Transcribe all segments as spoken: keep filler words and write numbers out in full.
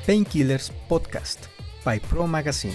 Painkillers Podcast by Pro Magazine.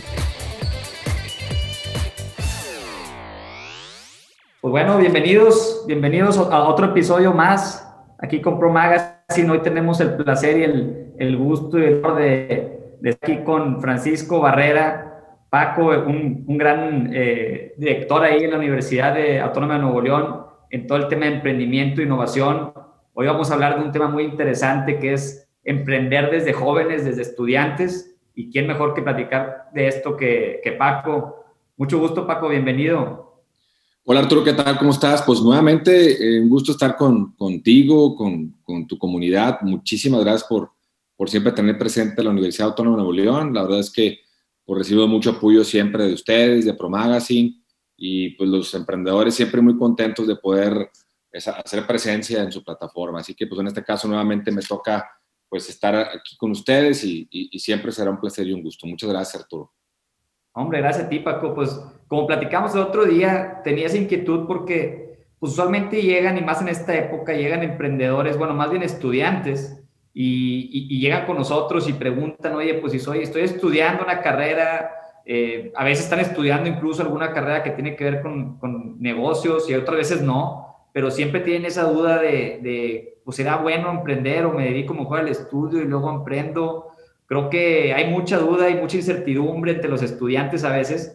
Pues bueno, bienvenidos, bienvenidos a otro episodio más aquí con Pro Magazine. Hoy tenemos el placer y el, el gusto y el honor de, de estar aquí con Francisco Barrera, Paco, un, un gran eh, director ahí en la Universidad de Autónoma de Nuevo León en todo el tema de emprendimiento e innovación. Hoy vamos a hablar de un tema muy interesante que es emprender desde jóvenes, desde estudiantes, y quién mejor que platicar de esto que, que Paco. Mucho gusto, Paco, bienvenido. Hola Arturo, ¿qué tal? ¿Cómo estás? Pues nuevamente, eh, un gusto estar con, contigo, con, con tu comunidad. Muchísimas gracias por, por siempre tener presente la Universidad Autónoma de Nuevo León. La verdad es que pues, recibo mucho apoyo siempre de ustedes, de Pro Magazine, y pues los emprendedores siempre muy contentos de poder esa, hacer presencia en su plataforma. Así que pues en este caso nuevamente me toca pues estar aquí con ustedes y, y, y siempre será un placer y un gusto. Muchas gracias, Arturo. Hombre, gracias a ti, Paco. Pues como platicamos el otro día, tenía esa inquietud porque pues, usualmente llegan, y más en esta época, llegan emprendedores, bueno, más bien estudiantes, y, y, y llegan con nosotros y preguntan, oye, pues si soy, estoy estudiando una carrera, eh, a veces están estudiando incluso alguna carrera que tiene que ver con, con negocios y otras veces no, pero siempre tienen esa duda de, de pues será bueno emprender o me dedico mejor al estudio y luego emprendo. Creo que hay mucha duda y mucha incertidumbre entre los estudiantes a veces,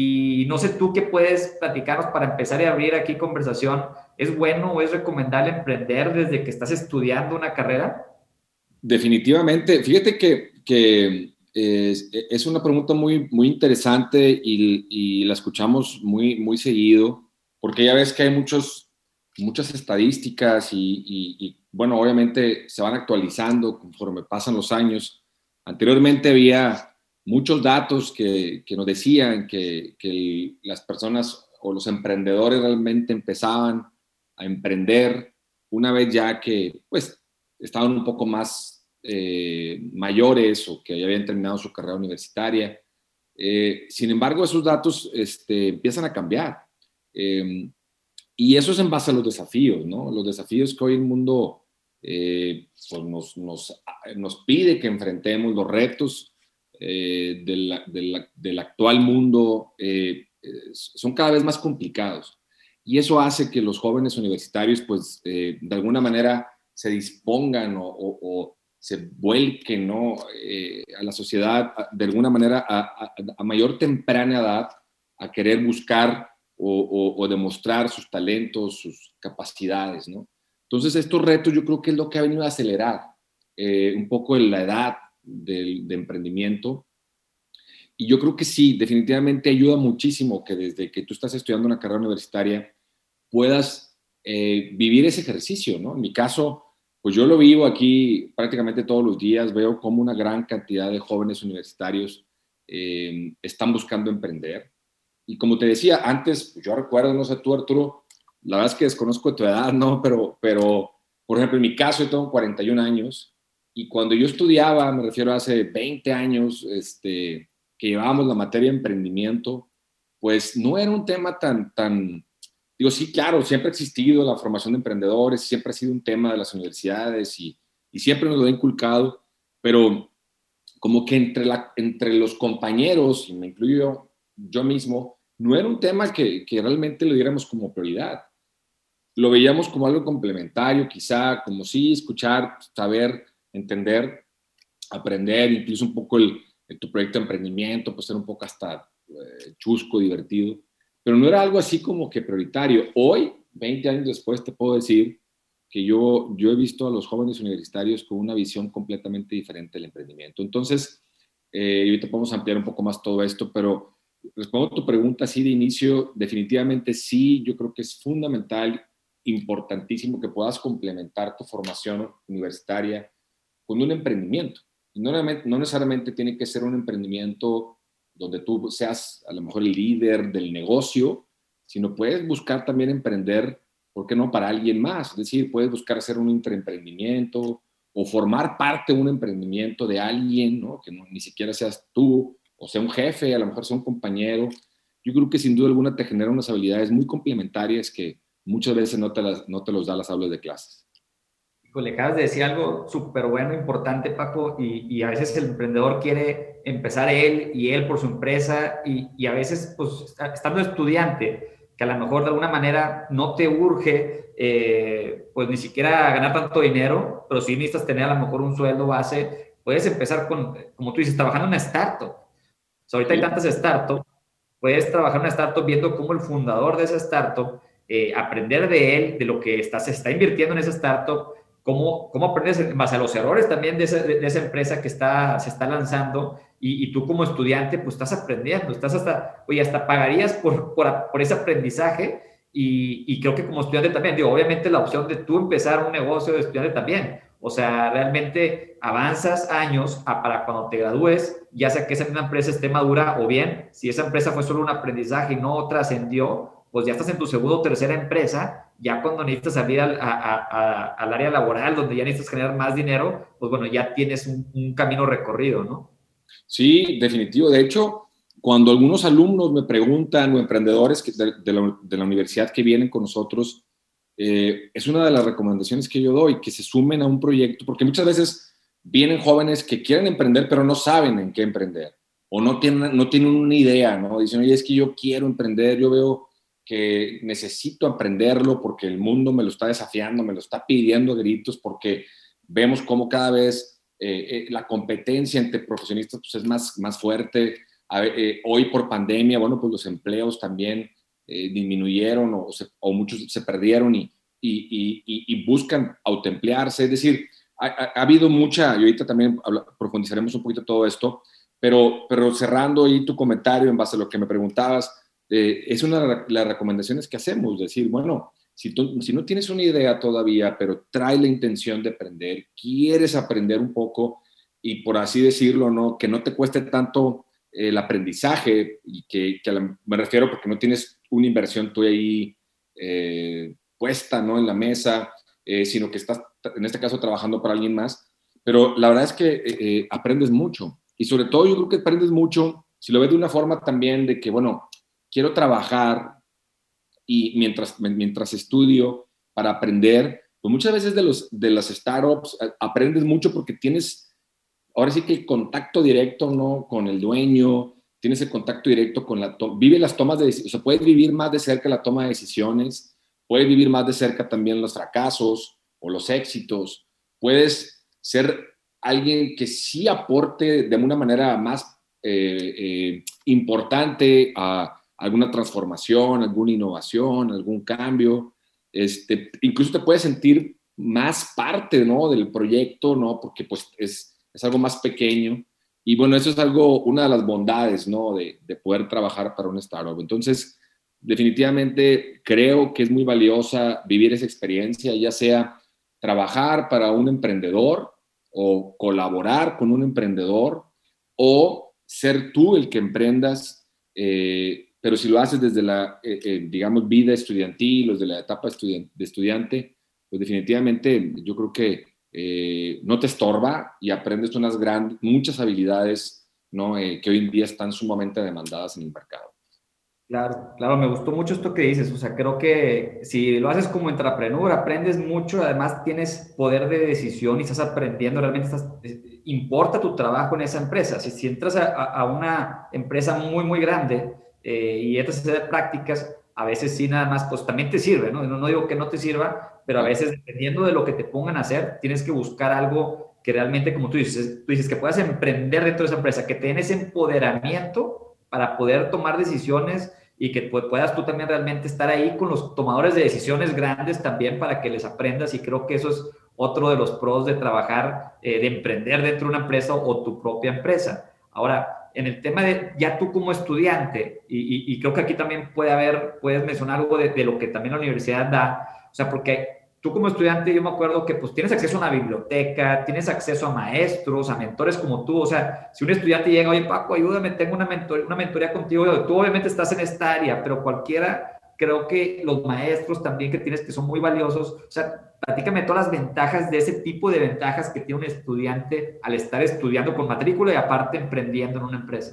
y no sé tú qué puedes platicarnos para empezar a abrir aquí conversación. ¿Es bueno o es recomendable emprender desde que estás estudiando una carrera? Definitivamente. Fíjate que, que es, es una pregunta muy, muy interesante y, y la escuchamos muy, muy seguido, porque ya ves que hay muchos, muchas estadísticas y, y, y, bueno, obviamente se van actualizando conforme pasan los años. Anteriormente había muchos datos que, que nos decían que, que el, las personas o los emprendedores realmente empezaban a emprender una vez ya que pues, estaban un poco más eh, mayores o que ya habían terminado su carrera universitaria. Eh, sin embargo, esos datos este, empiezan a cambiar. Eh, y eso es en base a los desafíos, ¿no? Los desafíos que hoy el mundo eh, pues nos, nos, nos pide que enfrentemos, los retos eh, de la, de la, del actual mundo eh, son cada vez más complicados. Y eso hace que los jóvenes universitarios, pues, eh, de alguna manera se dispongan o, o, o se vuelquen, ¿no? eh, a la sociedad, de alguna manera, a, a, a mayor temprana edad, a querer buscar o, o, o demostrar sus talentos, sus capacidades, ¿no? Entonces, estos retos yo creo que es lo que ha venido a acelerar eh, un poco la edad del, de emprendimiento. Y yo creo que sí, definitivamente ayuda muchísimo que desde que tú estás estudiando una carrera universitaria puedas eh, vivir ese ejercicio, ¿no? En mi caso, pues yo lo vivo aquí prácticamente todos los días, veo cómo una gran cantidad de jóvenes universitarios eh, están buscando emprender. Y como te decía antes, yo recuerdo, no sé tú, Arturo, la verdad es que desconozco tu edad, ¿no? Pero, pero por ejemplo, en mi caso, yo tengo cuarenta y un años, y cuando yo estudiaba, me refiero a hace veinte años, este, que llevábamos la materia de emprendimiento, pues no era un tema tan, tan, digo, sí, claro, siempre ha existido la formación de emprendedores, siempre ha sido un tema de las universidades y, y siempre nos lo ha inculcado, pero como que entre, la, entre los compañeros, y me incluyo yo mismo, no era un tema que, que realmente lo diéramos como prioridad. Lo veíamos como algo complementario, quizá, como sí, escuchar, saber, entender, aprender, incluso un poco el, el tu proyecto de emprendimiento, pues ser un poco hasta eh, chusco, divertido, pero no era algo así como que prioritario. Hoy, veinte años después, te puedo decir que yo, yo he visto a los jóvenes universitarios con una visión completamente diferente del emprendimiento. Entonces, eh, ahorita podemos ampliar un poco más todo esto, pero respondo a tu pregunta así de inicio, definitivamente sí, yo creo que es fundamental, importantísimo que puedas complementar tu formación universitaria con un emprendimiento. Y no, no necesariamente tiene que ser un emprendimiento donde tú seas a lo mejor el líder del negocio, sino puedes buscar también emprender, ¿por qué no?, para alguien más. Es decir, puedes buscar hacer un intraemprendimiento o formar parte de un emprendimiento de alguien, ¿no?, que no, ni siquiera seas tú, o sea un jefe, a lo mejor sea un compañero. Yo creo que sin duda alguna te genera unas habilidades muy complementarias que muchas veces no te, las, no te los da las aulas de clases. Pues le acabas de decir algo súper bueno, importante, Paco, y, y a veces el emprendedor quiere empezar él y él por su empresa y, y a veces, pues, estando estudiante, que a lo mejor de alguna manera no te urge, eh, pues ni siquiera ganar tanto dinero, pero sí necesitas tener a lo mejor un sueldo base, puedes empezar con, como tú dices, trabajando en una startup. O sea, ahorita hay Sí. tantas startups, puedes trabajar en una startup viendo cómo el fundador de esa startup, eh, aprender de él, de lo que está, se está invirtiendo en esa startup, cómo, cómo aprendes en base a los errores también de esa, de, de esa empresa que está, se está lanzando y, y, tú como estudiante pues estás aprendiendo, estás hasta, oye, hasta pagarías por, por, por ese aprendizaje y, y creo que como estudiante también, digo, obviamente la opción de tú empezar un negocio de estudiante también, o sea, realmente avanzas años a, para cuando te gradúes, ya sea que esa misma empresa esté madura o bien, si esa empresa fue solo un aprendizaje y no trascendió, pues ya estás en tu segunda o tercera empresa, ya cuando necesitas salir al, a, a, a, al área laboral, donde ya necesitas generar más dinero, pues bueno, ya tienes un, un camino recorrido, ¿no? Sí, definitivo. De hecho, cuando algunos alumnos me preguntan o emprendedores que de, de, la, de la universidad que vienen con nosotros, eh, es una de las recomendaciones que yo doy, que se sumen a un proyecto, porque muchas veces vienen jóvenes que quieren emprender, pero no saben en qué emprender, o no tienen, no tienen una idea, ¿no? Dicen, oye, es que yo quiero emprender, yo veo que necesito aprenderlo porque el mundo me lo está desafiando, me lo está pidiendo a gritos, porque vemos cómo cada vez eh, eh, la competencia entre profesionistas pues, es más, más fuerte. A, eh, hoy por pandemia, bueno, pues los empleos también eh, disminuyeron o, se, o muchos se perdieron y, y, y, y buscan autoemplearse. Es decir, ha, ha, ha habido mucha, y ahorita también habla, profundizaremos un poquito todo esto, pero, pero cerrando ahí tu comentario en base a lo que me preguntabas, eh, es una de las recomendaciones que hacemos, decir, bueno, si, tú, si no tienes una idea todavía, pero trae la intención de aprender, quieres aprender un poco y por así decirlo, ¿no? Que no te cueste tanto el aprendizaje y que, que la, me refiero porque no tienes una inversión tú ahí eh, puesta, ¿no? En la mesa, eh, sino que estás, en este caso, trabajando para alguien más. Pero la verdad es que eh, aprendes mucho y sobre todo yo creo que aprendes mucho si lo ves de una forma también de que, bueno, quiero trabajar y mientras, mientras estudio para aprender, pues muchas veces de, los, de las startups aprendes mucho porque tienes, ahora sí que el contacto directo, ¿no? Con el dueño, tienes el contacto directo con la, vive las tomas de decisiones, o sea, puedes vivir más de cerca la toma de decisiones, puedes vivir más de cerca también los fracasos o los éxitos, puedes ser alguien que sí aporte de una manera más eh, eh, importante a alguna transformación, alguna innovación, algún cambio. Este, incluso te puedes sentir más parte, ¿no? Del proyecto, ¿no? Porque pues es, es algo más pequeño. Y bueno, eso es algo, una de las bondades, ¿no? De, de poder trabajar para un startup. Entonces, definitivamente creo que es muy valiosa vivir esa experiencia, ya sea trabajar para un emprendedor o colaborar con un emprendedor o ser tú el que emprendas, eh, pero si lo haces desde la, eh, eh, digamos, vida estudiantil o desde la etapa estudien- de estudiante, pues definitivamente yo creo que eh, no te estorba y aprendes unas grandes, muchas habilidades, ¿no? Eh, que hoy en día están sumamente demandadas en el mercado. Claro, claro, me gustó mucho esto que dices, o sea, creo que si lo haces como intrapreneur, aprendes mucho, además tienes poder de decisión y estás aprendiendo, realmente estás, importa tu trabajo en esa empresa. Si, si entras a, a una empresa muy, muy grande eh, y entras a hacer prácticas, a veces sí nada más, pues también te sirve, ¿no? No, no digo que no te sirva, pero a veces dependiendo de lo que te pongan a hacer, tienes que buscar algo que realmente, como tú dices, tú dices que puedas emprender dentro de esa empresa, que te den ese empoderamiento para poder tomar decisiones y que puedas tú también realmente estar ahí con los tomadores de decisiones grandes también para que les aprendas y creo que eso es otro de los pros de trabajar, eh, de emprender dentro de una empresa o tu propia empresa. Ahora, en el tema de ya tú como estudiante, y, y, y creo que aquí también puede haber, puedes mencionar algo de, de lo que también la universidad da, o sea, porque tú como estudiante, yo me acuerdo que pues tienes acceso a una biblioteca, tienes acceso a maestros, a mentores como tú, o sea, si un estudiante llega, oye Paco, ayúdame, tengo una, mentor, una mentoría contigo, tú obviamente estás en esta área, pero cualquiera, creo que los maestros también que tienes que son muy valiosos, o sea, platícame todas las ventajas de ese tipo de ventajas que tiene un estudiante al estar estudiando con matrícula y aparte emprendiendo en una empresa.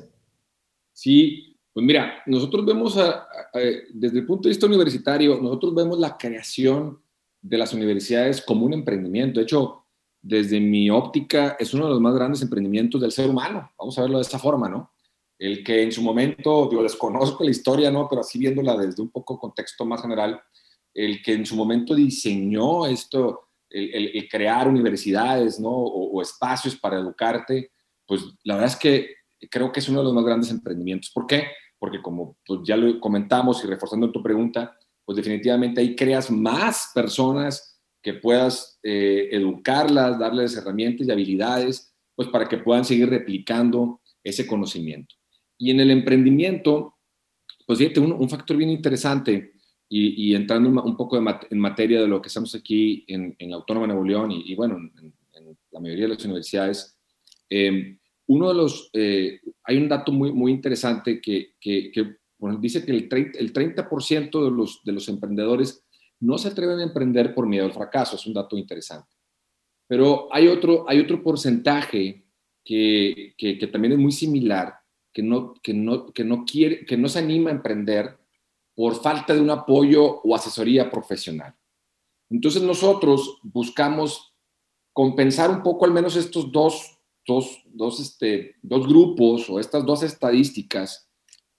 Sí, pues mira, nosotros vemos, a, a, a, desde el punto de vista universitario, nosotros vemos la creación de las universidades como un emprendimiento. De hecho, desde mi óptica, es uno de los más grandes emprendimientos del ser humano. Vamos a verlo de esa forma, ¿no? El que en su momento, yo desconozco la historia, ¿no? Pero así viéndola desde un poco contexto más general, el que en su momento diseñó esto, el, el, el crear universidades, ¿no? O, o espacios para educarte, pues la verdad es que creo que es uno de los más grandes emprendimientos. ¿Por qué? Porque como pues, ya lo comentamos y reforzando tu pregunta, pues definitivamente ahí creas más personas que puedas eh, educarlas, darles herramientas y habilidades, pues para que puedan seguir replicando ese conocimiento. Y en el emprendimiento, pues fíjate, un, un factor bien interesante y, y entrando un poco de mat en materia de lo que estamos aquí en, en la Autónoma de Nuevo León y, y bueno, en, en la mayoría de las universidades, eh, uno de los, eh, hay un dato muy, muy interesante que, que, que bueno, dice que el treinta, el treinta por ciento de los, de los emprendedores no se atreven a emprender por miedo al fracaso. Es un dato interesante. Pero hay otro, hay otro porcentaje que, que, que también es muy similar, que no, que, no, que, no quiere, que no se anima a emprender por falta de un apoyo o asesoría profesional. Entonces nosotros buscamos compensar un poco al menos estos dos, dos, dos, este, dos grupos o estas dos estadísticas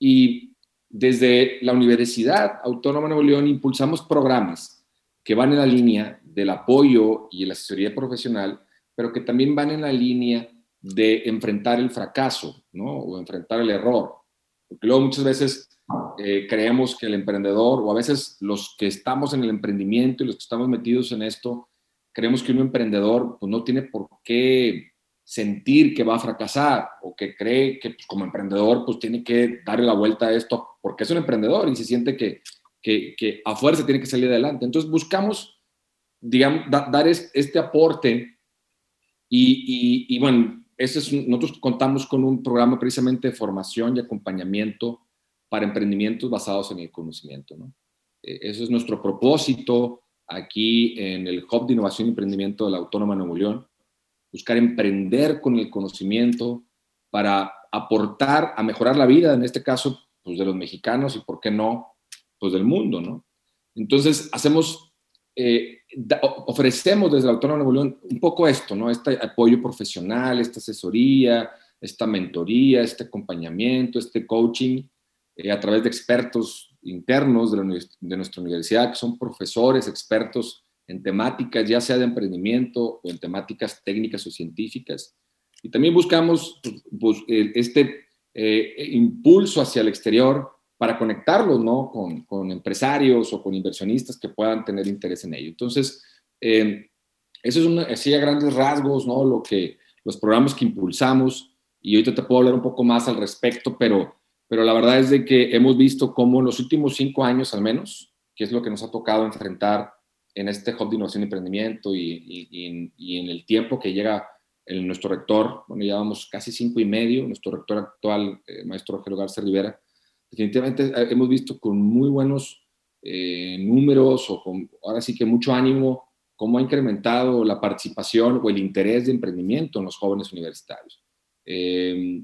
y desde la Universidad Autónoma de Nuevo León impulsamos programas que van en la línea del apoyo y la asesoría profesional, pero que también van en la línea de enfrentar el fracaso, ¿no? O enfrentar el error. Porque luego muchas veces eh, creemos que el emprendedor, o a veces los que estamos en el emprendimiento y los que estamos metidos en esto, creemos que un emprendedor pues, no tiene por qué sentir que va a fracasar o que cree que pues, como emprendedor pues tiene que darle la vuelta a esto porque es un emprendedor y se siente que, que, que a fuerza tiene que salir adelante. Entonces buscamos, digamos, da, dar es, este aporte y, y, y bueno, eso es, nosotros contamos con un programa precisamente de formación y acompañamiento para emprendimientos basados en el conocimiento, ¿no? Eh, eso es nuestro propósito aquí en el Hub de Innovación y Emprendimiento de la Autónoma de Nuevo León, buscar emprender con el conocimiento para aportar a mejorar la vida, en este caso, pues de los mexicanos y, ¿por qué no?, pues del mundo, ¿no? Entonces, hacemos, eh, da, ofrecemos desde la Autónoma de Nuevo León un poco esto, ¿no? Este apoyo profesional, esta asesoría, esta mentoría, este acompañamiento, este coaching, eh, a través de expertos internos de, la, de nuestra universidad, que son profesores, expertos en temáticas, ya sea de emprendimiento o en temáticas técnicas o científicas. Y también buscamos pues, este eh, impulso hacia el exterior para conectarlos, ¿no? con, con empresarios o con inversionistas que puedan tener interés en ello. Entonces, eh, eso es una, así a grandes rasgos, ¿no? Lo que, los programas que impulsamos, y ahorita te puedo hablar un poco más al respecto, pero, pero la verdad es de que hemos visto cómo en los últimos cinco años al menos, que es lo que nos ha tocado enfrentar en este Hub de Innovación y Emprendimiento y, y, y, y en el tiempo que llega el, nuestro rector, bueno, ya vamos casi cinco y medio, nuestro rector actual, el maestro Rogelio Garza Rivera, definitivamente hemos visto con muy buenos eh, números o con, ahora sí que mucho ánimo, cómo ha incrementado la participación o el interés de emprendimiento en los jóvenes universitarios. Eh,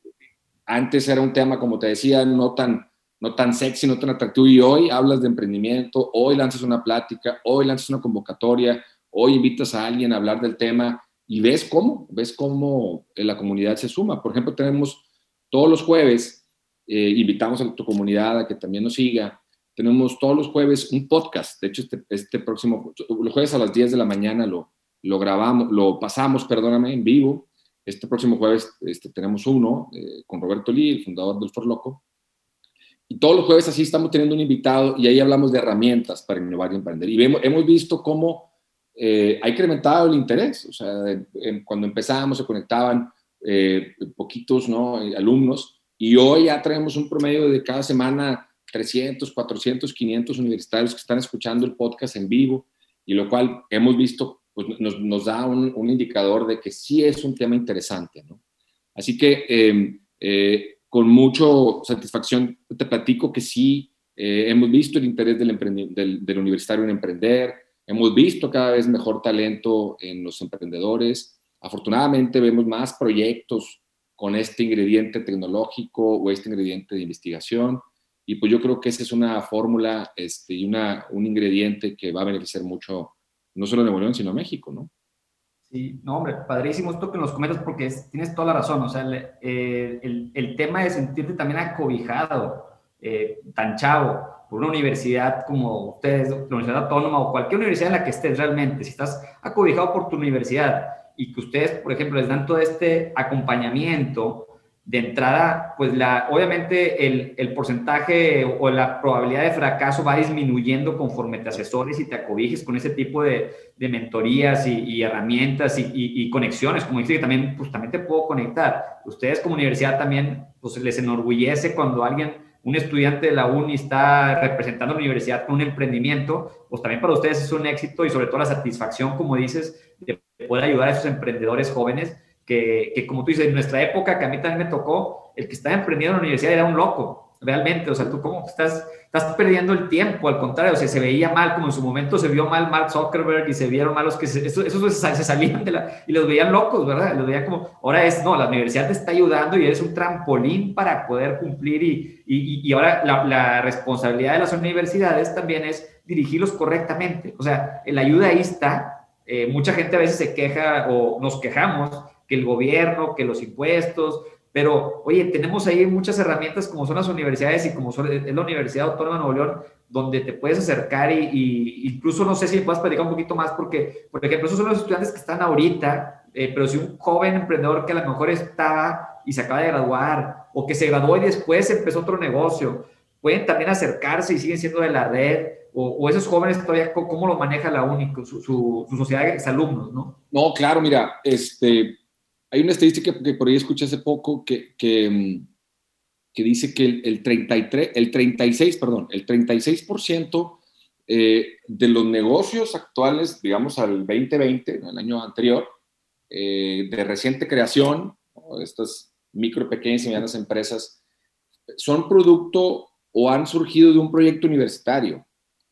antes era un tema, como te decía, no tan, no tan sexy, no tan atractivo, y hoy hablas de emprendimiento, hoy lanzas una plática, hoy lanzas una convocatoria, hoy invitas a alguien a hablar del tema y ves cómo, ves cómo la comunidad se suma. Por ejemplo, tenemos todos los jueves, eh, invitamos a tu comunidad a que también nos siga, tenemos todos los jueves un podcast. De hecho, este, este próximo, los jueves a las diez de la mañana lo, lo grabamos, lo pasamos, perdóname, en vivo. Este próximo jueves este, tenemos uno eh, con Roberto Lee, el fundador del For Loco. Y todos los jueves así estamos teniendo un invitado y ahí hablamos de herramientas para innovar y emprender. Y hemos, hemos visto cómo eh, ha incrementado el interés. O sea, de, de, cuando empezamos se conectaban eh, poquitos, ¿no?, alumnos, y hoy ya traemos un promedio de cada semana trescientos, cuatrocientos, quinientos universitarios que están escuchando el podcast en vivo, y lo cual hemos visto, pues nos, nos da un, un indicador de que sí es un tema interesante, ¿no? Así que eh, eh, con mucha satisfacción te platico que sí eh, hemos visto el interés del, del, del universitario en emprender, hemos visto cada vez mejor talento en los emprendedores. Afortunadamente vemos más proyectos con este ingrediente tecnológico o este ingrediente de investigación, y pues yo creo que esa es una fórmula este, y una, un ingrediente que va a beneficiar mucho, no solo a Nuevo León, sino a México, ¿no? Sí, no, hombre, padrísimo esto que nos comentas porque es, tienes toda la razón. O sea, el, eh, el, el tema de sentirte también acobijado, eh, tan chavo, por una universidad como ustedes, la Universidad Autónoma o cualquier universidad en la que estés realmente, si estás acobijado por tu universidad y que ustedes, por ejemplo, les dan todo este acompañamiento de entrada, pues la, obviamente el, el porcentaje o la probabilidad de fracaso va disminuyendo conforme te asesores y te acobijes con ese tipo de, de mentorías y, y herramientas y, y, y conexiones, como dice que también, pues también te puedo conectar. Ustedes como universidad también, pues les enorgullece cuando alguien, un estudiante de la uni está representando a la universidad con un emprendimiento, pues también para ustedes es un éxito y sobre todo la satisfacción, como dices, de poder ayudar a esos emprendedores jóvenes que, que como tú dices, en nuestra época, que a mí también me tocó, el que estaba emprendiendo en la universidad era un loco, realmente. O sea, tú cómo estás, estás perdiendo el tiempo, al contrario, o sea, se veía mal, como en su momento se vio mal Mark Zuckerberg y se vieron mal los que, se, esos, esos se salían de la, y los veían locos, ¿verdad? Los veían como, ahora es, no, la universidad te está ayudando y eres un trampolín para poder cumplir y, y, y ahora la, la responsabilidad de las universidades también es dirigirlos correctamente. O sea, la ayuda ahí está. Eh, mucha gente a veces se queja o nos quejamos que el gobierno, que los impuestos, pero oye, tenemos ahí muchas herramientas como son las universidades y como son, es la Universidad Autónoma de Nuevo León, donde te puedes acercar y, y incluso no sé si puedes platicar un poquito más porque, por ejemplo, esos son los estudiantes que están ahorita, eh, pero si un joven emprendedor que a lo mejor estaba y se acaba de graduar o que se graduó y después empezó otro negocio, pueden también acercarse y siguen siendo de la red. O, o esos jóvenes todavía, ¿cómo lo maneja la U N I, su, su, su sociedad de exalumnos, no? No, claro, mira, este... Hay una estadística que por ahí escuché hace poco que, que, que dice que el, el, treinta y tres, el treinta y seis, perdón, el treinta y seis por ciento eh, de los negocios actuales, digamos al veinte veinte, ¿no? El año anterior, eh, de reciente creación, ¿no? Estas micro, pequeñas y medianas empresas, son producto o han surgido de un proyecto universitario,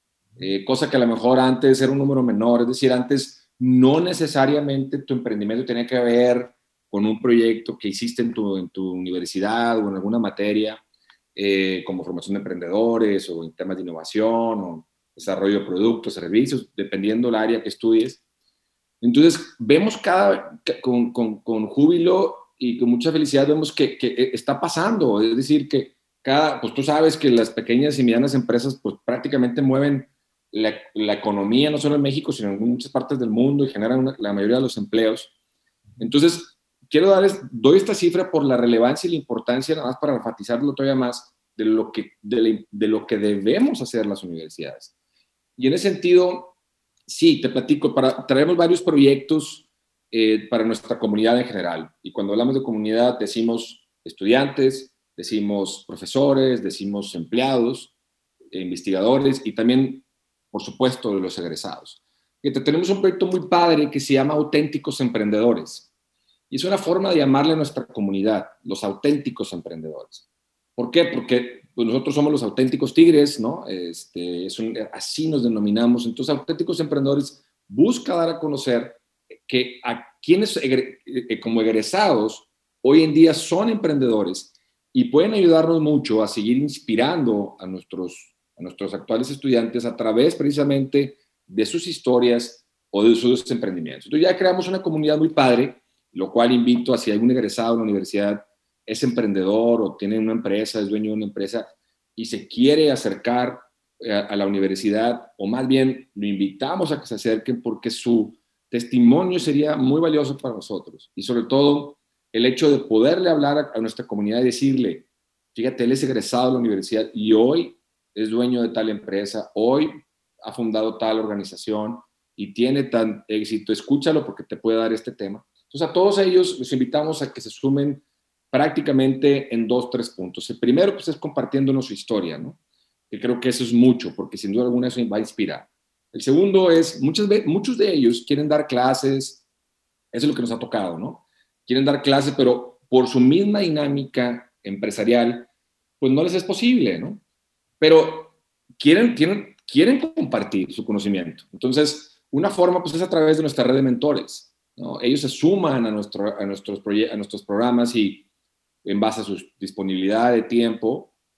eh, cosa que a lo mejor antes era un número menor, es decir, antes no necesariamente tu emprendimiento tenía que ver con un proyecto que hiciste en tu, en tu universidad o en alguna materia, eh, como formación de emprendedores o en temas de innovación o desarrollo de productos, servicios, dependiendo del área que estudies. Entonces, vemos cada, con, con, con júbilo y con mucha felicidad, vemos que, que está pasando. Es decir, que cada, pues tú sabes que las pequeñas y medianas empresas pues prácticamente mueven la, la economía, no solo en México, sino en muchas partes del mundo y generan una, la mayoría de los empleos. Entonces, quiero darles, doy esta cifra por la relevancia y la importancia, nada más para enfatizarlo todavía más, de lo que, de, la, de lo que debemos hacer las universidades. Y en ese sentido, sí, te platico, para, traemos varios proyectos eh, para nuestra comunidad en general. Y cuando hablamos de comunidad, decimos estudiantes, decimos profesores, decimos empleados, eh, investigadores y también, por supuesto, los egresados. Y tenemos un proyecto muy padre que se llama Auténticos Emprendedores. Y es una forma de llamarle a nuestra comunidad, los auténticos emprendedores. ¿Por qué? Porque pues, nosotros somos los auténticos tigres, ¿no? Este, es un, así nos denominamos. Entonces, auténticos emprendedores busca dar a conocer que a quienes egre, eh, como egresados hoy en día son emprendedores y pueden ayudarnos mucho a seguir inspirando a nuestros, a nuestros actuales estudiantes a través precisamente de sus historias o de sus emprendimientos. Entonces, ya creamos una comunidad muy padre, lo cual invito a si hay un egresado de la universidad, es emprendedor o tiene una empresa, es dueño de una empresa y se quiere acercar a, a la universidad, o más bien lo invitamos a que se acerquen porque su testimonio sería muy valioso para nosotros. Y sobre todo, el hecho de poderle hablar a, a nuestra comunidad y decirle, fíjate, él es egresado de la universidad y hoy es dueño de tal empresa, hoy ha fundado tal organización y tiene tan éxito, escúchalo porque te puede dar este tema. Entonces, a todos ellos los invitamos a que se sumen prácticamente en dos, tres puntos. El primero, pues, es compartiéndonos su historia, ¿no? Que creo que eso es mucho, porque sin duda alguna eso va a inspirar. El segundo es, muchas veces, muchos de ellos quieren dar clases, eso es lo que nos ha tocado, ¿no? Quieren dar clases, pero por su misma dinámica empresarial, pues no les es posible, ¿no? Pero quieren, quieren, quieren compartir su conocimiento. Entonces, una forma, pues, es a través de nuestra red de mentores, ¿no? Ellos se suman a, nuestro, a, nuestros a nuestros programas y en base a su disponibilidad de tiempo,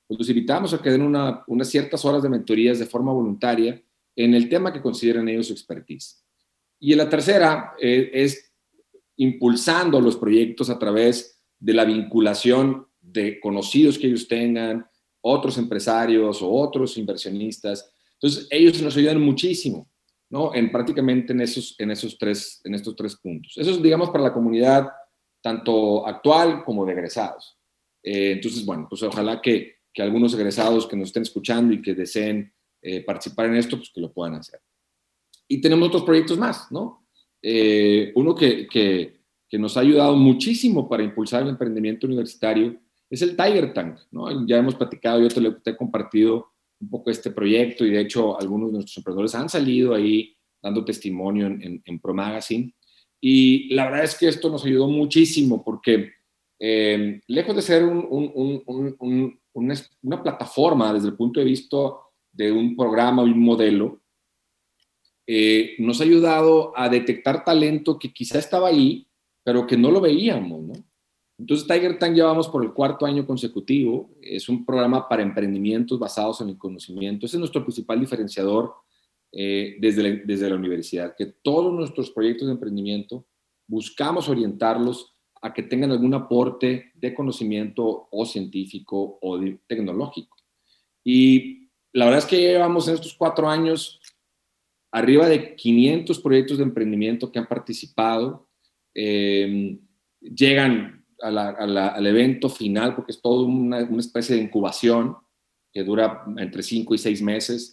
pues los invitamos a que den una, unas ciertas horas de mentorías de forma voluntaria en el tema que consideren ellos su expertise. Y la tercera eh, es impulsando los proyectos a través de la vinculación de conocidos que ellos tengan, otros empresarios o otros inversionistas. Entonces, ellos nos ayudan muchísimo, ¿no? En prácticamente en esos, en esos tres, en estos tres puntos. Eso es, digamos, para la comunidad tanto actual como de egresados. Eh, entonces, bueno, pues ojalá que, que algunos egresados que nos estén escuchando y que deseen eh, participar en esto, pues que lo puedan hacer. Y tenemos otros proyectos más, ¿no? Eh, uno que, que, que nos ha ayudado muchísimo para impulsar el emprendimiento universitario es el Tiger Tank, ¿no? Ya hemos platicado, yo te, lo, te he compartido un poco este proyecto y de hecho algunos de nuestros emprendedores han salido ahí dando testimonio en, en, en Pro Magazine. Y la verdad es que esto nos ayudó muchísimo porque eh, lejos de ser un, un, un, un, un, una, una plataforma desde el punto de vista de un programa o un modelo, eh, nos ha ayudado a detectar talento que quizá estaba ahí, pero que no lo veíamos, ¿no? Entonces, Tiger Tank llevamos por el cuarto año consecutivo. Es un programa para emprendimientos basados en el conocimiento. Ese es nuestro principal diferenciador eh, desde, la, desde la universidad, que todos nuestros proyectos de emprendimiento buscamos orientarlos a que tengan algún aporte de conocimiento o científico o de, tecnológico. Y la verdad es que llevamos en estos cuatro años arriba de quinientos proyectos de emprendimiento que han participado. Eh, llegan a la, a la, al evento final, porque es todo una, una especie de incubación que dura entre cinco y seis meses.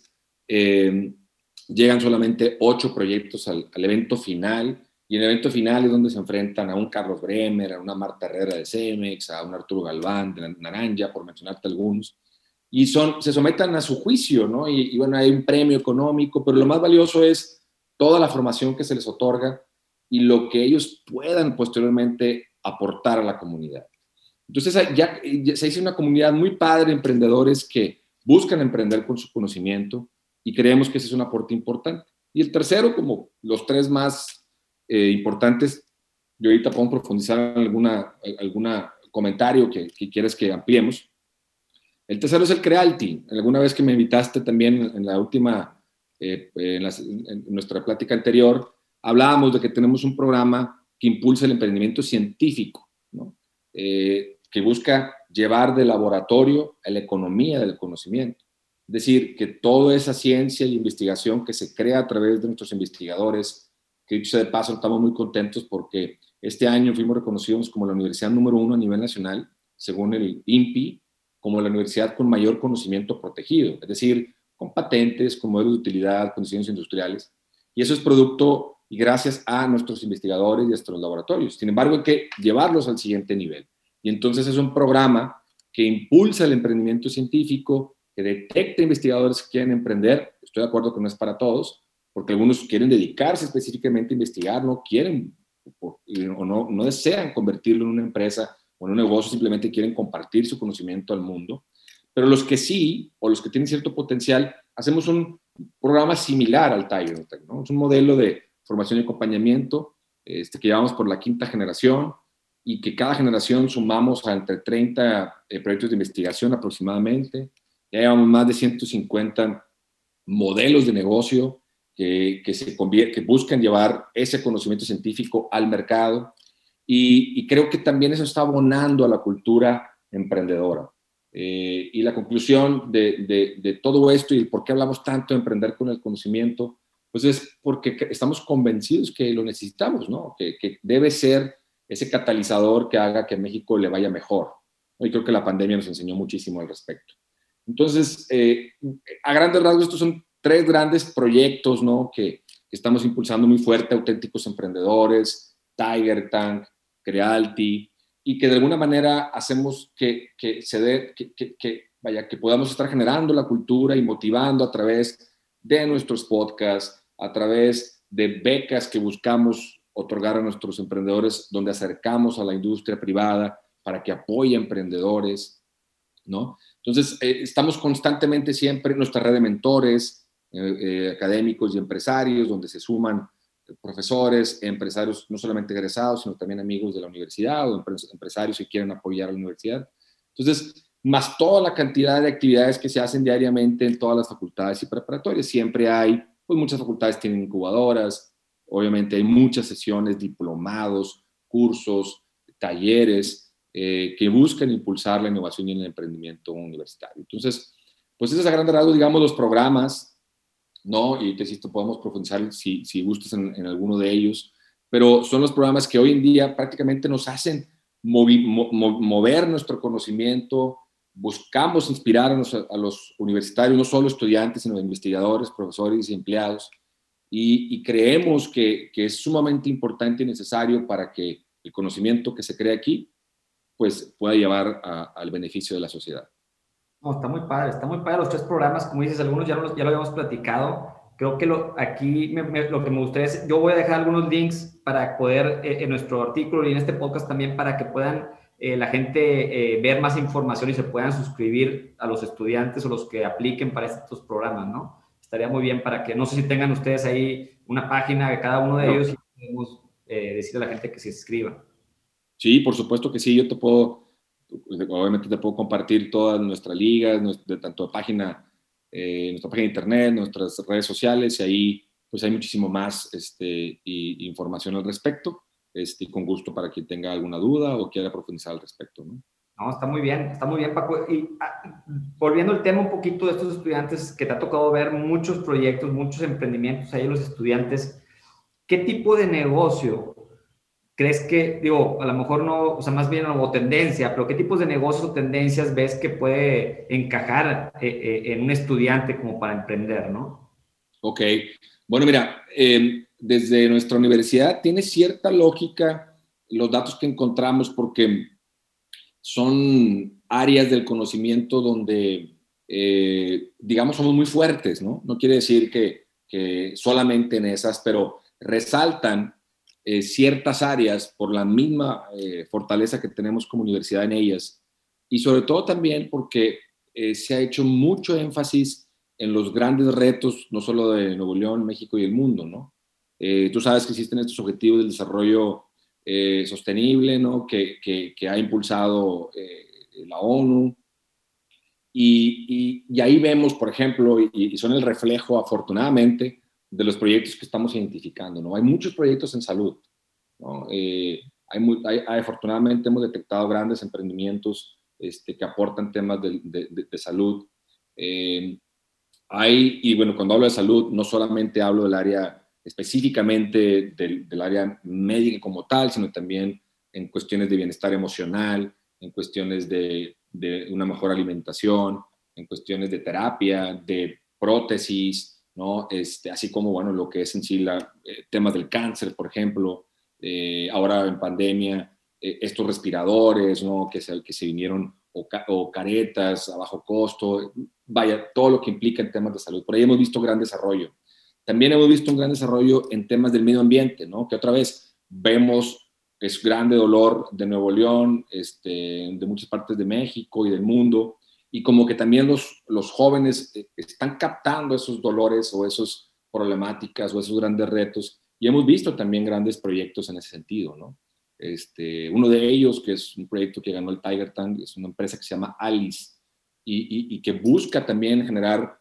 Eh, llegan solamente ocho proyectos al, al evento final, y en el evento final es donde se enfrentan a un Carlos Bremer, a una Marta Herrera de Cemex, a un Arturo Galván de Naranja, por mencionarte algunos, y son, se someten a su juicio, ¿no? Y, y bueno, hay un premio económico, pero lo más valioso es toda la formación que se les otorga y lo que ellos puedan posteriormente aportar a la comunidad. Entonces ya, ya se hizo una comunidad muy padre de emprendedores que buscan emprender con su conocimiento y creemos que ese es un aporte importante. Y el tercero, como los tres más eh, importantes, yo ahorita puedo profundizar en alguna, alguna comentario que, que quieras que ampliemos. El tercero es el Creality. Alguna vez que me invitaste también en la última, eh, en, la, en nuestra plática anterior, hablábamos de que tenemos un programa que impulsa el emprendimiento científico, ¿no? Eh, que busca llevar de laboratorio a la economía del conocimiento. Es decir, que toda esa ciencia y investigación que se crea a través de nuestros investigadores, que dicho sea de paso, estamos muy contentos porque este año fuimos reconocidos como la universidad número uno a nivel nacional, según el I N P I, como la universidad con mayor conocimiento protegido, es decir, con patentes, con modelos de utilidad, con diseños industriales. Y eso es producto y gracias a nuestros investigadores y a nuestros laboratorios. Sin embargo, hay que llevarlos al siguiente nivel. Y entonces es un programa que impulsa el emprendimiento científico, que detecta investigadores que quieren emprender. Estoy de acuerdo que no es para todos, porque algunos quieren dedicarse específicamente a investigar, no quieren o no, no desean convertirlo en una empresa o en un negocio, simplemente quieren compartir su conocimiento al mundo. Pero los que sí, o los que tienen cierto potencial, hacemos un programa similar al Tiger Tank, ¿no? Es un modelo de formación y acompañamiento este, que llevamos por la quinta generación y que cada generación sumamos a entre treinta eh, proyectos de investigación aproximadamente. Ya llevamos más de ciento cincuenta modelos de negocio que, que, se convier- que buscan llevar ese conocimiento científico al mercado. Y, y creo que también eso está abonando a la cultura emprendedora. Eh, y la conclusión de, de, de todo esto y el por qué hablamos tanto de emprender con el conocimiento, pues es porque estamos convencidos que lo necesitamos, ¿no? Que, que debe ser ese catalizador que haga que a México le vaya mejor, ¿no? Y creo que la pandemia nos enseñó muchísimo al respecto. Entonces, eh, a grandes rasgos, estos son tres grandes proyectos, ¿no? Que, que estamos impulsando muy fuerte: Auténticos Emprendedores, Tiger Tank, Creality, y que de alguna manera hacemos que, que se dé, que, que, que, vaya, que podamos estar generando la cultura y motivando a través de nuestros podcasts, a través de becas que buscamos otorgar a nuestros emprendedores, donde acercamos a la industria privada para que apoye a emprendedores, ¿no? Entonces, eh, estamos constantemente siempre en nuestra red de mentores eh, eh, académicos y empresarios, donde se suman profesores, empresarios no solamente egresados, sino también amigos de la universidad o empresarios que quieren apoyar a la universidad. Entonces, más toda la cantidad de actividades que se hacen diariamente en todas las facultades y preparatorias. Siempre hay, pues muchas facultades tienen incubadoras, obviamente hay muchas sesiones, diplomados, cursos, talleres eh, que buscan impulsar la innovación y el emprendimiento universitario. Entonces, pues esos a grandes rasgos, digamos, los programas, ¿no? Y te insisto, podemos profundizar si, si gustas en, en alguno de ellos, pero son los programas que hoy en día prácticamente nos hacen movi, mo, mover nuestro conocimiento. Buscamos inspirar a los, a los universitarios, no solo estudiantes, sino investigadores, profesores y empleados, y, y creemos que, que es sumamente importante y necesario para que el conocimiento que se crea aquí pues, pueda llevar a, al beneficio de la sociedad. No, está muy padre, está muy padre los tres programas, como dices, algunos ya, no los, ya lo habíamos platicado. Creo que lo, aquí me, me, lo que me gustaría es, yo voy a dejar algunos links para poder, eh, en nuestro artículo y en este podcast también, para que puedan eh, la gente eh, ver más información y se puedan suscribir a los estudiantes o los que apliquen para estos programas, ¿no? Estaría muy bien para que, no sé si tengan ustedes ahí una página de cada uno de no. ellos y podemos eh, decirle a la gente que se inscriba. Sí, por supuesto que sí, yo te puedo... Obviamente te puedo compartir todas nuestras ligas, nuestra, tanto página, eh, nuestra página de internet, nuestras redes sociales, y ahí pues hay muchísimo más este, y, información al respecto, este, con gusto para quien tenga alguna duda o quiera profundizar al respecto, ¿no? No, está muy bien, está muy bien, Paco. Y ah, volviendo al tema un poquito de estos estudiantes que te ha tocado ver muchos proyectos, muchos emprendimientos ahí los estudiantes, ¿qué tipo de negocio crees que, digo, a lo mejor no, o sea, más bien o tendencia, pero qué tipos de negocios o tendencias ves que puede encajar eh, eh, en un estudiante como para emprender, ¿no? Ok, bueno, mira, eh, desde nuestra universidad tiene cierta lógica los datos que encontramos porque son áreas del conocimiento donde, eh, digamos, somos muy fuertes, ¿no? No quiere decir que, que solamente en esas, pero resaltan Eh, ciertas áreas por la misma eh, fortaleza que tenemos como universidad en ellas, y sobre todo también porque eh, se ha hecho mucho énfasis en los grandes retos, no solo de Nuevo León, México y el mundo, ¿no? Eh, tú sabes que existen estos objetivos del desarrollo eh, sostenible, ¿no? Que, que, que ha impulsado eh, la ONU, y, y, y ahí vemos, por ejemplo, y, y son el reflejo, afortunadamente, de los proyectos que estamos identificando, ¿no? Hay muchos proyectos en salud, ¿no? Eh, hay, muy, hay, hay, afortunadamente hemos detectado grandes emprendimientos este, que aportan temas de, de, de, de salud. Eh, hay, y bueno, cuando hablo de salud, no solamente hablo del área específicamente del, del área médica como tal, sino también en cuestiones de bienestar emocional, en cuestiones de, de una mejor alimentación, en cuestiones de terapia, de prótesis, ¿no? Este, así como, bueno, lo que es en sí la, eh, temas del cáncer, por ejemplo, eh, ahora en pandemia, eh, estos respiradores, ¿no? Que se, que se vinieron, o, ca o caretas a bajo costo, vaya, todo lo que implica en temas de salud. Por ahí hemos visto gran desarrollo. También hemos visto un gran desarrollo en temas del medio ambiente, ¿no? Que otra vez vemos, es grande dolor de Nuevo León, este, de muchas partes de México y del mundo, y como que también los, los jóvenes están captando esos dolores o esas problemáticas o esos grandes retos, y hemos visto también grandes proyectos en ese sentido, ¿no? Este, uno de ellos, que es un proyecto que ganó el Tiger Tank, es una empresa que se llama Alice, y, y, y que busca también generar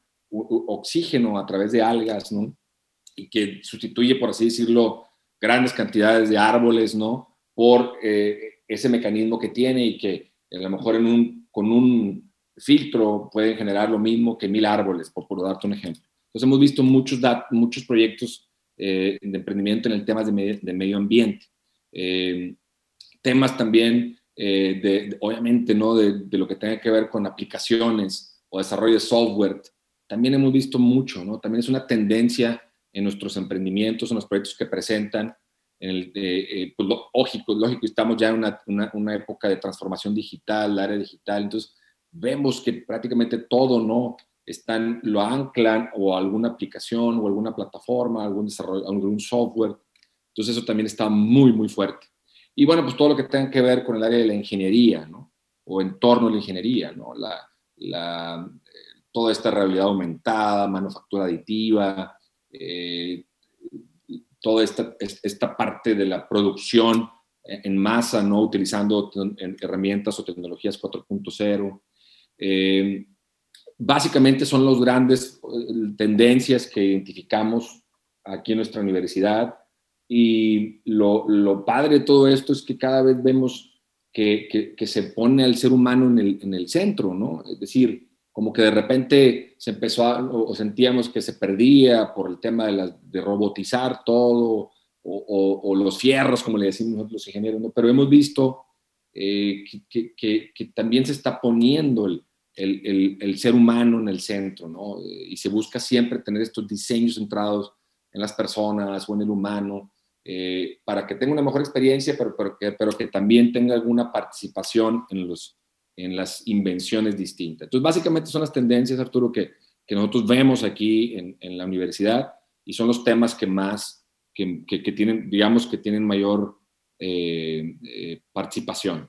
oxígeno a través de algas, ¿no? Y que sustituye, por así decirlo, grandes cantidades de árboles, ¿no? Por eh, ese mecanismo que tiene, y que a lo mejor en un, con un filtro pueden generar lo mismo que mil árboles, por, por darte un ejemplo. Entonces hemos visto muchos, muchos proyectos eh, de emprendimiento en el tema de, med de medio ambiente. Eh, temas también, eh, de, de, obviamente, ¿no? De, de lo que tenga que ver con aplicaciones o desarrollo de software. También hemos visto mucho, ¿no? También es una tendencia en nuestros emprendimientos, en los proyectos que presentan. En el, eh, eh, pues, lógico, lógico, estamos ya en una, una, una época de transformación digital, el área digital, entonces vemos que prácticamente todo, ¿no? Están, lo anclan o a alguna aplicación o alguna plataforma, algún desarrollo, algún software. Entonces eso también está muy, muy fuerte. Y bueno, pues todo lo que tenga que ver con el área de la ingeniería, ¿no? O en torno a la ingeniería, ¿no? La, la, eh, toda esta realidad aumentada, manufactura aditiva, eh, toda esta, esta parte de la producción en masa, ¿no? Utilizando herramientas o tecnologías cuatro punto cero. Eh, básicamente son las grandes tendencias que identificamos aquí en nuestra universidad, y lo, lo padre de todo esto es que cada vez vemos que, que, que se pone al ser humano en el, en el centro, ¿no? Es decir, como que de repente se empezó a, o, o sentíamos que se perdía por el tema de, la, de robotizar todo, o, o, o los fierros, como le decimos nosotros los ingenieros, ¿no? Pero hemos visto eh, que, que, que también se está poniendo el, el, el, el ser humano en el centro, ¿no? Y se busca siempre tener estos diseños centrados en las personas o en el humano, eh, para que tenga una mejor experiencia, pero, pero, que, pero que también tenga alguna participación en, los, en las invenciones distintas. Entonces, básicamente son las tendencias, Arturo, que, que nosotros vemos aquí en, en la universidad, y son los temas que más, que, que, que tienen, digamos, que tienen mayor eh, eh, participación.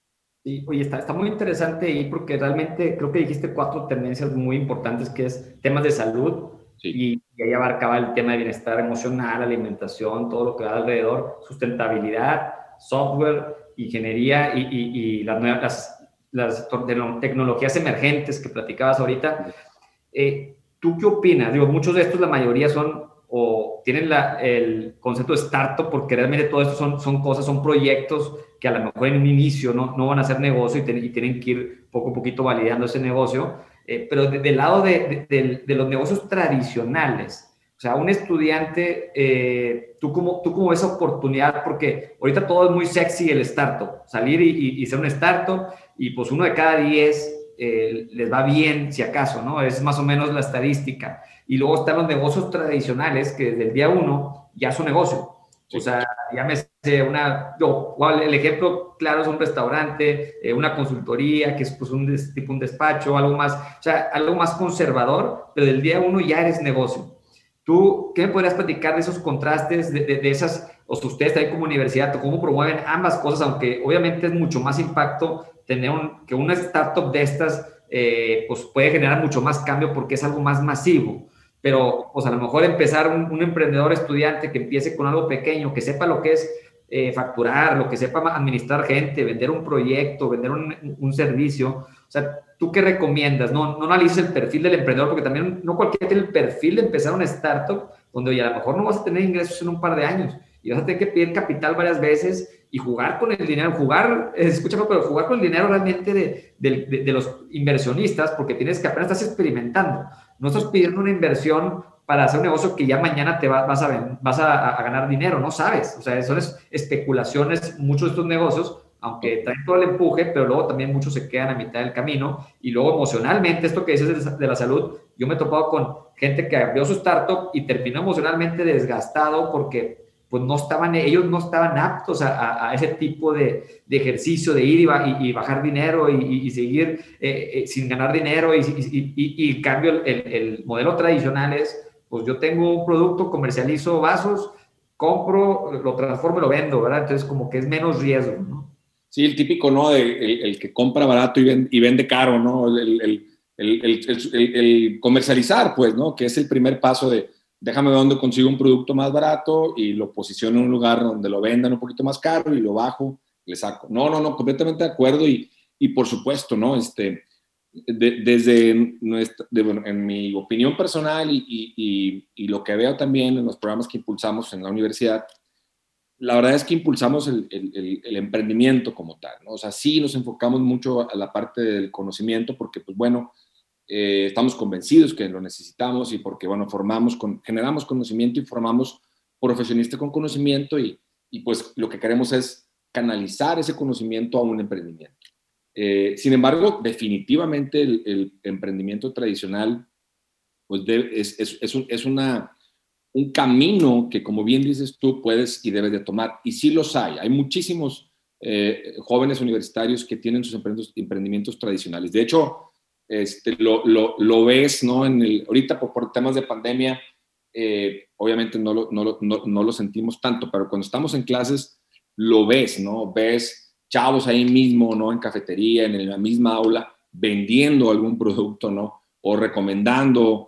Sí, oye, está, está muy interesante ahí porque realmente creo que dijiste cuatro tendencias muy importantes, que es temas de salud, sí. y, y ahí abarcaba el tema de bienestar emocional, alimentación, todo lo que va alrededor, sustentabilidad, software, ingeniería y, y, y las, nuevas, las, las tecnologías emergentes que platicabas ahorita. Eh, ¿Tú qué opinas? Digo, muchos de estos, la mayoría son o tienen la, el concepto de startup, porque realmente todo esto son, son cosas, son proyectos que a lo mejor en un inicio no, no van a ser negocio y, ten, y tienen que ir poco a poquito validando ese negocio, eh, pero de, del lado de, de, de, de los negocios tradicionales, o sea, un estudiante, eh, ¿tú, cómo, ¿tú cómo ves esa oportunidad? Porque ahorita todo es muy sexy el startup, salir y, y, y ser un startup, y pues uno de cada diez eh, les va bien, si acaso, ¿no? Es más o menos la estadística. Y luego están los negocios tradicionales que desde el día uno ya son negocio. Sí. O sea, llámese una, yo, el ejemplo claro es un restaurante, eh, una consultoría, que es pues un des, tipo un despacho, algo más, o sea, algo más conservador, pero del día uno ya eres negocio. ¿Tú qué me podrías platicar de esos contrastes, de, de, de esas, o sea, ustedes también como universidad, cómo promueven ambas cosas, aunque obviamente es mucho más impacto tener un, que una startup de estas, eh, pues puede generar mucho más cambio porque es algo más masivo? Pero pues a lo mejor empezar un, un emprendedor estudiante que empiece con algo pequeño, que sepa lo que es eh, facturar, lo que sepa administrar gente, vender un proyecto, vender un, un servicio. O sea, ¿tú qué recomiendas? No, no analices el perfil del emprendedor, porque también no cualquiera tiene el perfil de empezar una startup donde oye, a lo mejor no vas a tener ingresos en un par de años y vas a tener que pedir capital varias veces y jugar con el dinero, jugar, escúchame, pero jugar con el dinero realmente de, de, de, de los inversionistas, porque tienes que apenas estás experimentando. No estás pidiendo una inversión para hacer un negocio que ya mañana te va, vas, a, vas a, a ganar dinero, no sabes. O sea, son especulaciones, muchos de estos negocios, aunque traen todo el empuje, pero luego también muchos se quedan a mitad del camino. Y luego emocionalmente, esto que dices de la salud, yo me he topado con gente que abrió su startup y terminó emocionalmente desgastado porque pues no estaban, ellos no estaban aptos a, a, a ese tipo de, de ejercicio, de ir y, ba, y, y bajar dinero y, y, y seguir eh, eh, sin ganar dinero. Y, y, y, y en cambio el, el modelo tradicional es, pues yo tengo un producto, comercializo vasos, compro, lo transformo y lo vendo, ¿verdad? Entonces como que es menos riesgo, ¿no? Sí, el típico, ¿no? De, el, el que compra barato y vende, y vende caro, ¿no? El, el, el, el, el comercializar, pues, ¿no? Que es el primer paso de déjame ver dónde consigo un producto más barato y lo posiciono en un lugar donde lo vendan un poquito más caro y lo bajo, le saco. No, no, no, completamente de acuerdo y, y por supuesto, ¿no? Este, de, desde nuestra, de, bueno, en mi opinión personal y, y, y, y lo que veo también en los programas que impulsamos en la universidad, la verdad es que impulsamos el, el, el emprendimiento como tal, ¿no? O sea, sí nos enfocamos mucho a la parte del conocimiento porque, pues bueno, Eh, estamos convencidos que lo necesitamos y porque, bueno, formamos, con, generamos conocimiento y formamos profesionistas con conocimiento y, y pues lo que queremos es canalizar ese conocimiento a un emprendimiento. Eh, sin embargo, definitivamente el, el emprendimiento tradicional pues de, es, es, es, un, es una, un camino que, como bien dices tú, puedes y debes de tomar. Y sí los hay. Hay muchísimos eh, jóvenes universitarios que tienen sus emprendimientos tradicionales. De hecho, Este, lo, lo, lo ves, ¿no? En el, ahorita por, por temas de pandemia, eh, obviamente no lo, no, no, no lo sentimos tanto, pero cuando estamos en clases lo ves, ¿no? Ves chavos ahí mismo, ¿no? En cafetería, en la misma aula, vendiendo algún producto, ¿no? O recomendando,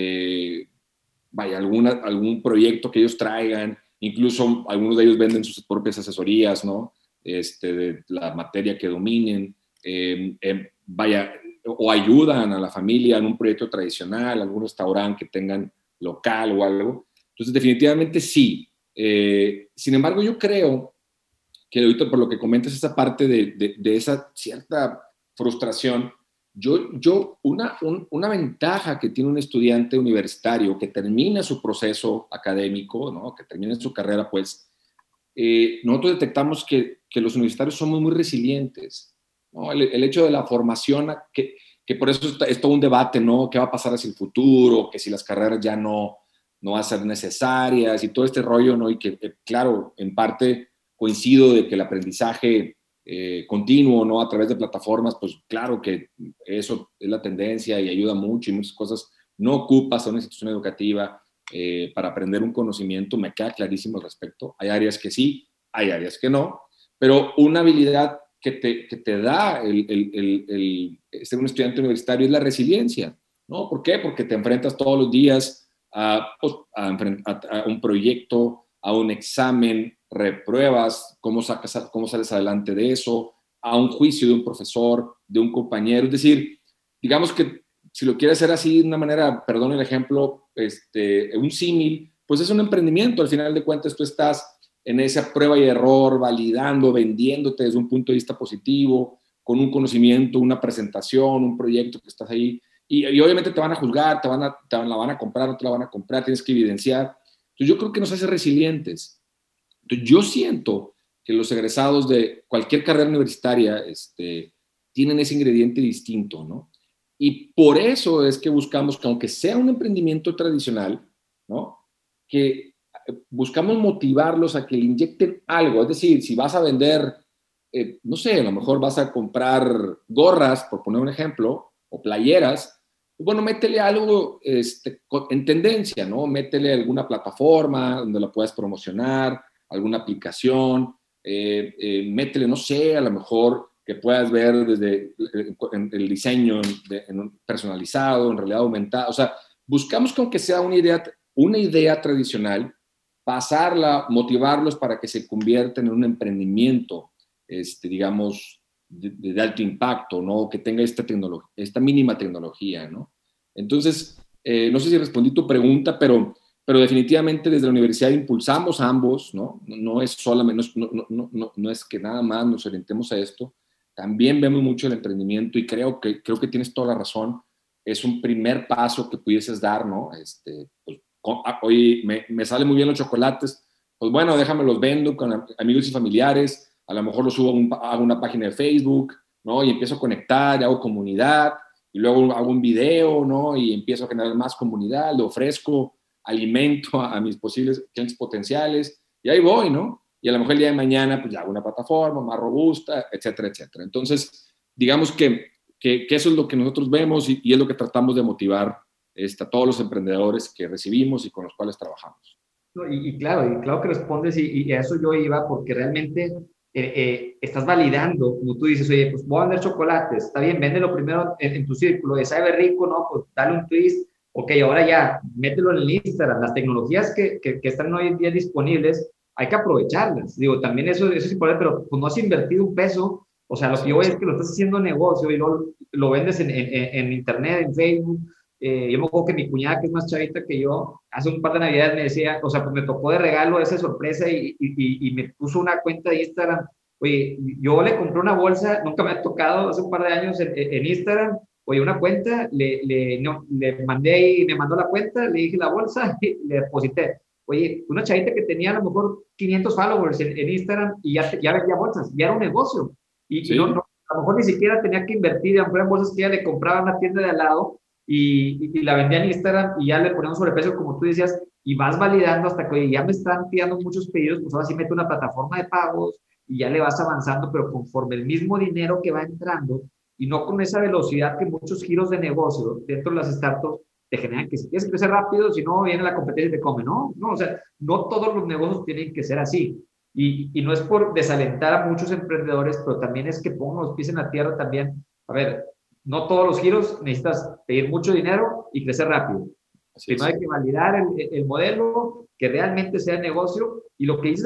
eh, vaya, alguna, algún proyecto que ellos traigan. Incluso algunos de ellos venden sus propias asesorías, ¿no? Este, de la materia que dominen. Eh, eh, vaya, o ayudan a la familia en un proyecto tradicional, algún restaurante que tengan local o algo. Entonces, definitivamente sí. Eh, sin embargo, yo creo que ahorita por lo que comentas esa parte de, de, de esa cierta frustración, yo, yo una, un, una ventaja que tiene un estudiante universitario que termina su proceso académico, ¿no? Que termina su carrera, pues, eh, nosotros detectamos que, que los universitarios somos muy resilientes, ¿no? El, el hecho de la formación, que, que por eso es, es todo un debate, ¿no? ¿Qué va a pasar hacia el futuro? Que si las carreras ya no, no van a ser necesarias y todo este rollo, ¿no? Y que, eh, claro, en parte coincido de que el aprendizaje eh, continuo, ¿no? A través de plataformas, pues claro que eso es la tendencia y ayuda mucho y muchas cosas. No ocupas a una institución educativa eh, para aprender un conocimiento, me queda clarísimo al respecto. Hay áreas que sí, hay áreas que no, pero una habilidad que te, que te da el, el, el, el ser un estudiante universitario es la resiliencia, ¿no? ¿Por qué? Porque te enfrentas todos los días a, a, a, a un proyecto, a un examen, repruebas, cómo, sacas, cómo sales adelante de eso, a un juicio de un profesor, de un compañero. Es decir, digamos que si lo quieres hacer así de una manera, perdón el ejemplo, este, un símil, pues es un emprendimiento. Al final de cuentas tú estás en esa prueba y error, validando, vendiéndote desde un punto de vista positivo, con un conocimiento, una presentación, un proyecto que estás ahí. Y, y obviamente te van a juzgar, te, van a, te la van a comprar, no te la van a comprar, tienes que evidenciar. Entonces yo creo que nos hace resilientes. Entonces yo siento que los egresados de cualquier carrera universitaria este, tienen ese ingrediente distinto, ¿no? Y por eso es que buscamos que, aunque sea un emprendimiento tradicional, ¿no? Que buscamos motivarlos a que le inyecten algo. Es decir, si vas a vender, eh, no sé, a lo mejor vas a comprar gorras, por poner un ejemplo, o playeras, bueno, métele algo este, en tendencia, ¿no? Métele alguna plataforma donde la puedas promocionar, alguna aplicación, eh, eh, métele, no sé, a lo mejor que puedas ver desde el, el diseño de, en un personalizado, en realidad aumentada. O sea, buscamos que aunque sea una idea, una idea tradicional, pasarla, motivarlos para que se conviertan en un emprendimiento, este, digamos, de, de alto impacto, ¿no? Que tenga esta, tecnología, esta mínima tecnología, ¿no? Entonces, eh, no sé si respondí tu pregunta, pero, pero definitivamente desde la universidad impulsamos a ambos, ¿no? No, no es solamente, no, no, no, no, no es que nada más nos orientemos a esto. También vemos mucho el emprendimiento y creo que, creo que tienes toda la razón. Es un primer paso que pudieses dar, ¿no? Este, pues, oye, me, me salen muy bien los chocolates, pues bueno, déjame los vendo con amigos y familiares, a lo mejor los subo a, un, a una página de Facebook, ¿no? Y empiezo a conectar, y hago comunidad, y luego hago un video, ¿no? Y empiezo a generar más comunidad, le ofrezco alimento a, a mis posibles clientes potenciales, y ahí voy, ¿no? Y a lo mejor el día de mañana, pues ya hago una plataforma más robusta, etcétera, etcétera. Entonces, digamos que, que, que eso es lo que nosotros vemos y, y es lo que tratamos de motivar este, a todos los emprendedores que recibimos y con los cuales trabajamos. Y, y claro, y claro que respondes, y, y a eso yo iba, porque realmente eh, eh, estás validando, como tú dices, oye, pues voy a vender chocolates, está bien, véndelo primero en, en tu círculo, de sabe rico, ¿no? Pues dale un twist, ok, ahora ya, mételo en el Instagram, las tecnologías que, que, que están hoy en día disponibles, hay que aprovecharlas, digo, también eso, eso es importante, pero pues no has invertido un peso, o sea, lo que yo voy es que lo estás haciendo negocio y lo, lo vendes en, en, en internet, en Facebook. Eh, yo me acuerdo que mi cuñada, que es más chavita que yo, hace un par de navidades me decía, o sea, pues me tocó de regalo esa sorpresa y, y, y me puso una cuenta de Instagram. Oye, yo le compré una bolsa, nunca me ha tocado, hace un par de años en, en Instagram, oye, una cuenta, le, le, no, le mandé ahí, me mandó la cuenta, le dije la bolsa y le deposité. Oye, una chavita que tenía a lo mejor quinientos followers en, en Instagram y ya, ya vendía bolsas, ya era un negocio. Y, ¿sí? y no, no, a lo mejor ni siquiera tenía que invertir, a lo mejor en bolsas que ella le compraba en la tienda de al lado, Y, y, y la vendía en Instagram y ya le ponía un sobreprecio, como tú decías, y vas validando hasta que oye, ya me están tirando muchos pedidos, pues ahora sí mete una plataforma de pagos y ya le vas avanzando, pero conforme el mismo dinero que va entrando y no con esa velocidad que muchos giros de negocio dentro de las startups te generan, que si quieres crecer rápido, si no, viene la competencia y te come, ¿no? No, o sea, no todos los negocios tienen que ser así. Y, y no es por desalentar a muchos emprendedores, pero también es que pongan los pies en la tierra también. A ver, no todos los giros necesitas pedir mucho dinero y crecer rápido. Así Primero es. Hay que validar el, el modelo, que realmente sea negocio. Y lo que dices de las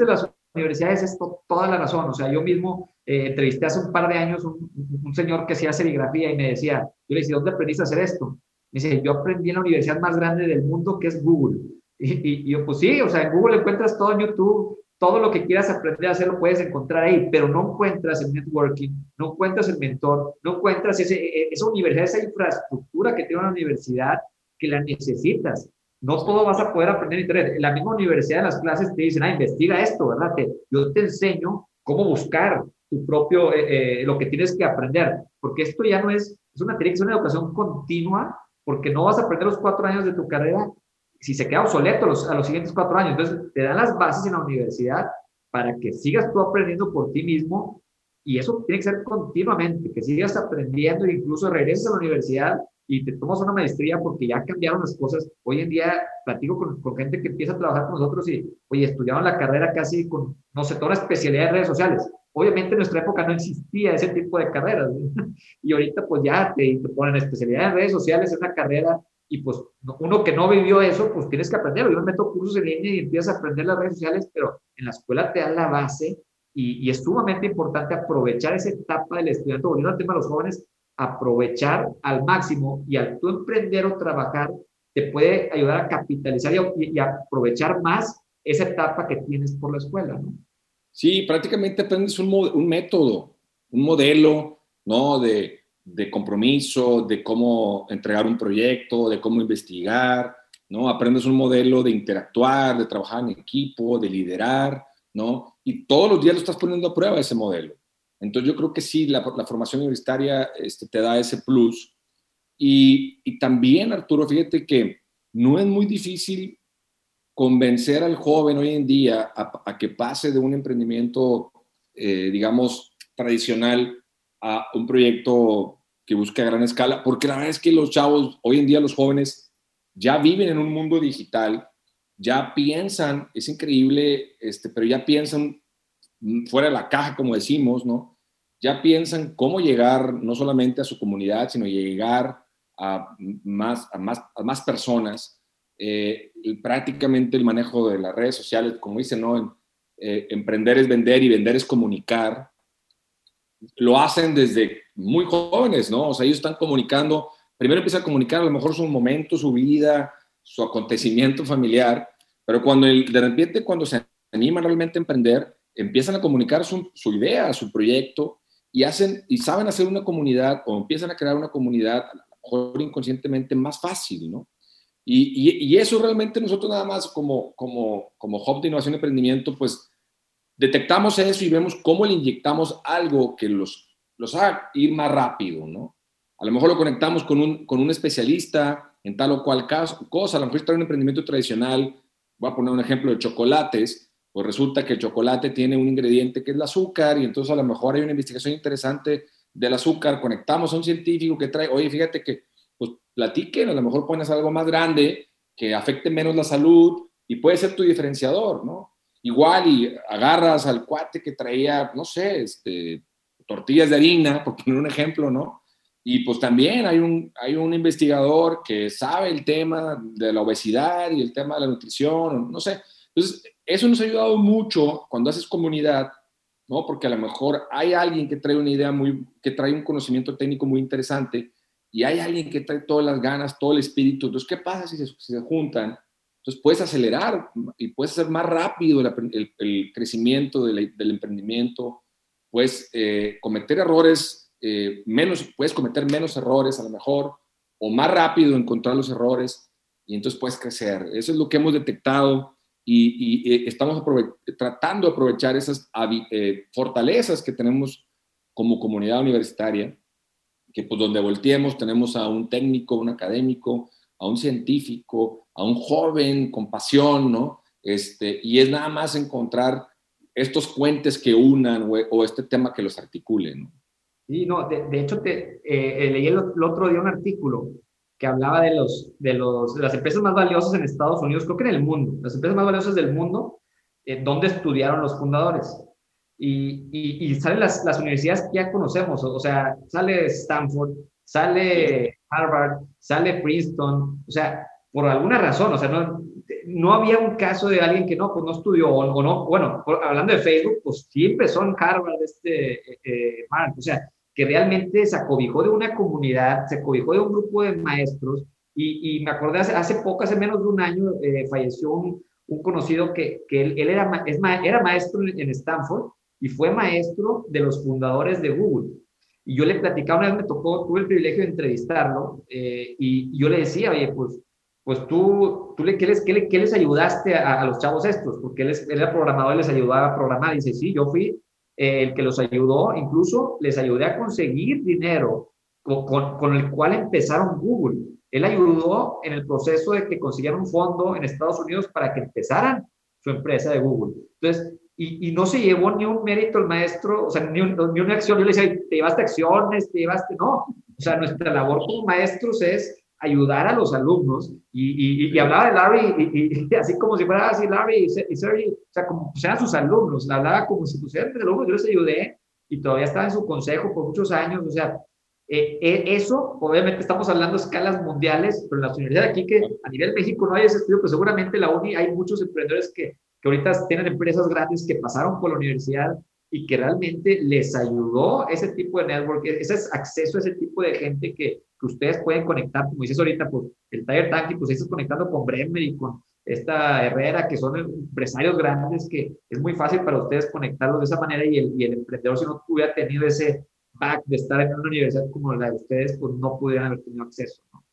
universidades es to toda la razón. O sea, yo mismo eh, entrevisté hace un par de años un, un señor que hacía serigrafía y me decía, yo le decía, ¿dónde aprendiste a hacer esto? Me dice, yo aprendí en la universidad más grande del mundo, que es Google. Y, y, y yo, pues sí, o sea, en Google encuentras todo en YouTube, todo lo que quieras aprender a hacer lo puedes encontrar ahí, pero no encuentras el networking, no encuentras el mentor, no encuentras ese, esa universidad, esa infraestructura que tiene una universidad que la necesitas. No todo vas a poder aprender en internet. En la misma universidad, en las clases te dicen, ah, investiga esto, ¿verdad? Te, yo te enseño cómo buscar tu propio, eh, eh, lo que tienes que aprender, porque esto ya no es, es una, tiene que ser una educación continua, porque no vas a aprender los cuatro años de tu carrera si se queda obsoleto los, a los siguientes cuatro años. Entonces, te dan las bases en la universidad para que sigas tú aprendiendo por ti mismo, y eso tiene que ser continuamente, que sigas aprendiendo e incluso regreses a la universidad y te tomas una maestría porque ya cambiaron las cosas. Hoy en día platico con, con gente que empieza a trabajar con nosotros y, oye, estudiaron la carrera casi con, no sé, toda una especialidad en redes sociales. Obviamente en nuestra época no existía ese tipo de carreras, ¿no? Y ahorita pues ya te, te ponen especialidad en redes sociales, es una carrera, y pues uno que no vivió eso, pues tienes que aprenderlo. Yo me meto cursos en línea y empiezas a aprender las redes sociales, pero en la escuela te dan la base y, y es sumamente importante aprovechar esa etapa del estudiante. Volviendo al tema de los jóvenes, aprovechar al máximo, y al tú emprender o trabajar, te puede ayudar a capitalizar y, y aprovechar más esa etapa que tienes por la escuela, ¿no? Sí, prácticamente aprendes un, un método, un modelo, ¿no? De, de compromiso, de cómo entregar un proyecto, de cómo investigar, ¿no? Aprendes un modelo de interactuar, de trabajar en equipo, de liderar, ¿no? Y todos los días lo estás poniendo a prueba ese modelo. Entonces yo creo que sí, la, la formación universitaria este, te da ese plus. Y, y también, Arturo, fíjate que no es muy difícil convencer al joven hoy en día a, a que pase de un emprendimiento, eh, digamos, tradicional a un proyecto que busca a gran escala, porque la verdad es que los chavos, hoy en día los jóvenes, ya viven en un mundo digital, ya piensan, es increíble, este, pero ya piensan fuera de la caja, como decimos, ¿no? Ya piensan cómo llegar no solamente a su comunidad, sino llegar a más, a más, a más personas. Eh, prácticamente el manejo de las redes sociales, como dicen, ¿no? En, eh, emprender es vender y vender es comunicar. Lo hacen desde muy jóvenes, ¿no? O sea, ellos están comunicando, primero empiezan a comunicar a lo mejor su momento, su vida, su acontecimiento familiar, pero cuando el, de repente cuando se animan realmente a emprender, empiezan a comunicar su, su idea, su proyecto, y hacen y saben hacer una comunidad, o empiezan a crear una comunidad, a lo mejor inconscientemente, más fácil, ¿no? Y, y, y eso realmente nosotros nada más como, como, como Hub de Innovación y Emprendimiento, pues detectamos eso y vemos cómo le inyectamos algo que los, los haga ir más rápido, ¿no? A lo mejor lo conectamos con un, con un especialista en tal o cual caso, cosa, a lo mejor está en un emprendimiento tradicional, voy a poner un ejemplo de chocolates, pues resulta que el chocolate tiene un ingrediente que es el azúcar, y entonces a lo mejor hay una investigación interesante del azúcar, conectamos a un científico que trae, oye, fíjate que, pues platiquen, a lo mejor pones algo más grande que afecte menos la salud y puede ser tu diferenciador, ¿no? Igual y agarras al cuate que traía, no sé, este, tortillas de harina, por poner un ejemplo, ¿no? Y pues también hay un, hay un investigador que sabe el tema de la obesidad y el tema de la nutrición, no sé. Entonces, eso nos ha ayudado mucho cuando haces comunidad, ¿no? Porque a lo mejor hay alguien que trae una idea muy, que trae un conocimiento técnico muy interesante, y hay alguien que trae todas las ganas, todo el espíritu. Entonces, ¿qué pasa si se, si se juntan? Entonces, puedes acelerar y puedes hacer más rápido el, el, el crecimiento del, del emprendimiento, puedes eh, cometer errores, eh, menos, puedes cometer menos errores a lo mejor, o más rápido encontrar los errores, y entonces puedes crecer. Eso es lo que hemos detectado. Y, y, y estamos tratando de aprovechar esas eh, fortalezas que tenemos como comunidad universitaria, que pues donde volteemos tenemos a un técnico, un académico, a un científico, a un joven con pasión, ¿no? Este, y es nada más encontrar estos puentes que unan, o, o este tema que los articule, ¿no? Sí, no, de, de hecho te, eh, leí el, el otro día un artículo que hablaba de, los, de, los, de las empresas más valiosas en Estados Unidos, creo que en el mundo, las empresas más valiosas del mundo, eh, donde estudiaron los fundadores. Y, y, y salen las, las universidades que ya conocemos, o, o sea, sale Stanford, sale Harvard, sale Princeton, o sea, por alguna razón, o sea, no, no había un caso de alguien que no, pues no estudió o, o no, bueno, por, hablando de Facebook, pues sí empezó en Harvard este eh, eh, Mark, o sea, que realmente se acobijó de una comunidad, se acobijó de un grupo de maestros y, y me acordé hace, hace poco, hace menos de un año, eh, falleció un, un conocido que, que él, él era, es ma, era maestro en, en Stanford y fue maestro de los fundadores de Google. Y yo le platicaba, una vez me tocó, tuve el privilegio de entrevistarlo eh, y, y yo le decía, oye, pues pues tú, tú le, ¿qué, les, qué, le, ¿qué les ayudaste a, a los chavos estos? Porque él, él era programador y les ayudaba a programar. Y dice, sí, yo fui eh, el que los ayudó, incluso les ayudé a conseguir dinero con, con, con el cual empezaron Google. Él ayudó en el proceso de que consiguieran un fondo en Estados Unidos para que empezaran su empresa de Google. Entonces, y, y no se llevó ni un mérito el maestro, o sea, ni, un, ni una acción. Yo le decía, te llevaste acciones, te llevaste, no. O sea, nuestra labor como maestros es ayudar a los alumnos y, y, y hablaba de Larry y, y, así como si fuera así Larry y Sergey, o sea, como pues eran sus alumnos, hablaba como si pusieran mis alumnos, yo les ayudé y todavía estaba en su consejo por muchos años, o sea, eh, eh, eso, obviamente estamos hablando de escalas mundiales, pero en las universidades aquí que a nivel México no hay ese estudio, pues seguramente la uni hay muchos emprendedores que, que ahorita tienen empresas grandes que pasaron por la universidad y que realmente les ayudó ese tipo de network, ese acceso a ese tipo de gente que, que ustedes pueden conectar, como dices ahorita, pues el Tiger Tanky, pues estás conectando con Bremer y con esta Herrera, que son empresarios grandes, que es muy fácil para ustedes conectarlos de esa manera y el, y el emprendedor, si no hubiera tenido ese back de estar en una universidad como la de ustedes, pues no pudieran haber tenido acceso, ¿no?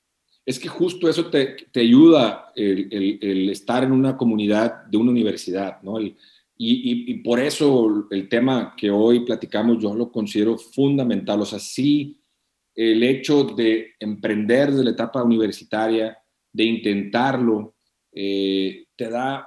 Es que justo eso te, te ayuda el, el, el estar en una comunidad de una universidad, ¿no? El, Y, y, y por eso el tema que hoy platicamos yo lo considero fundamental. O sea, sí, el hecho de emprender desde la etapa universitaria, de intentarlo, eh, te da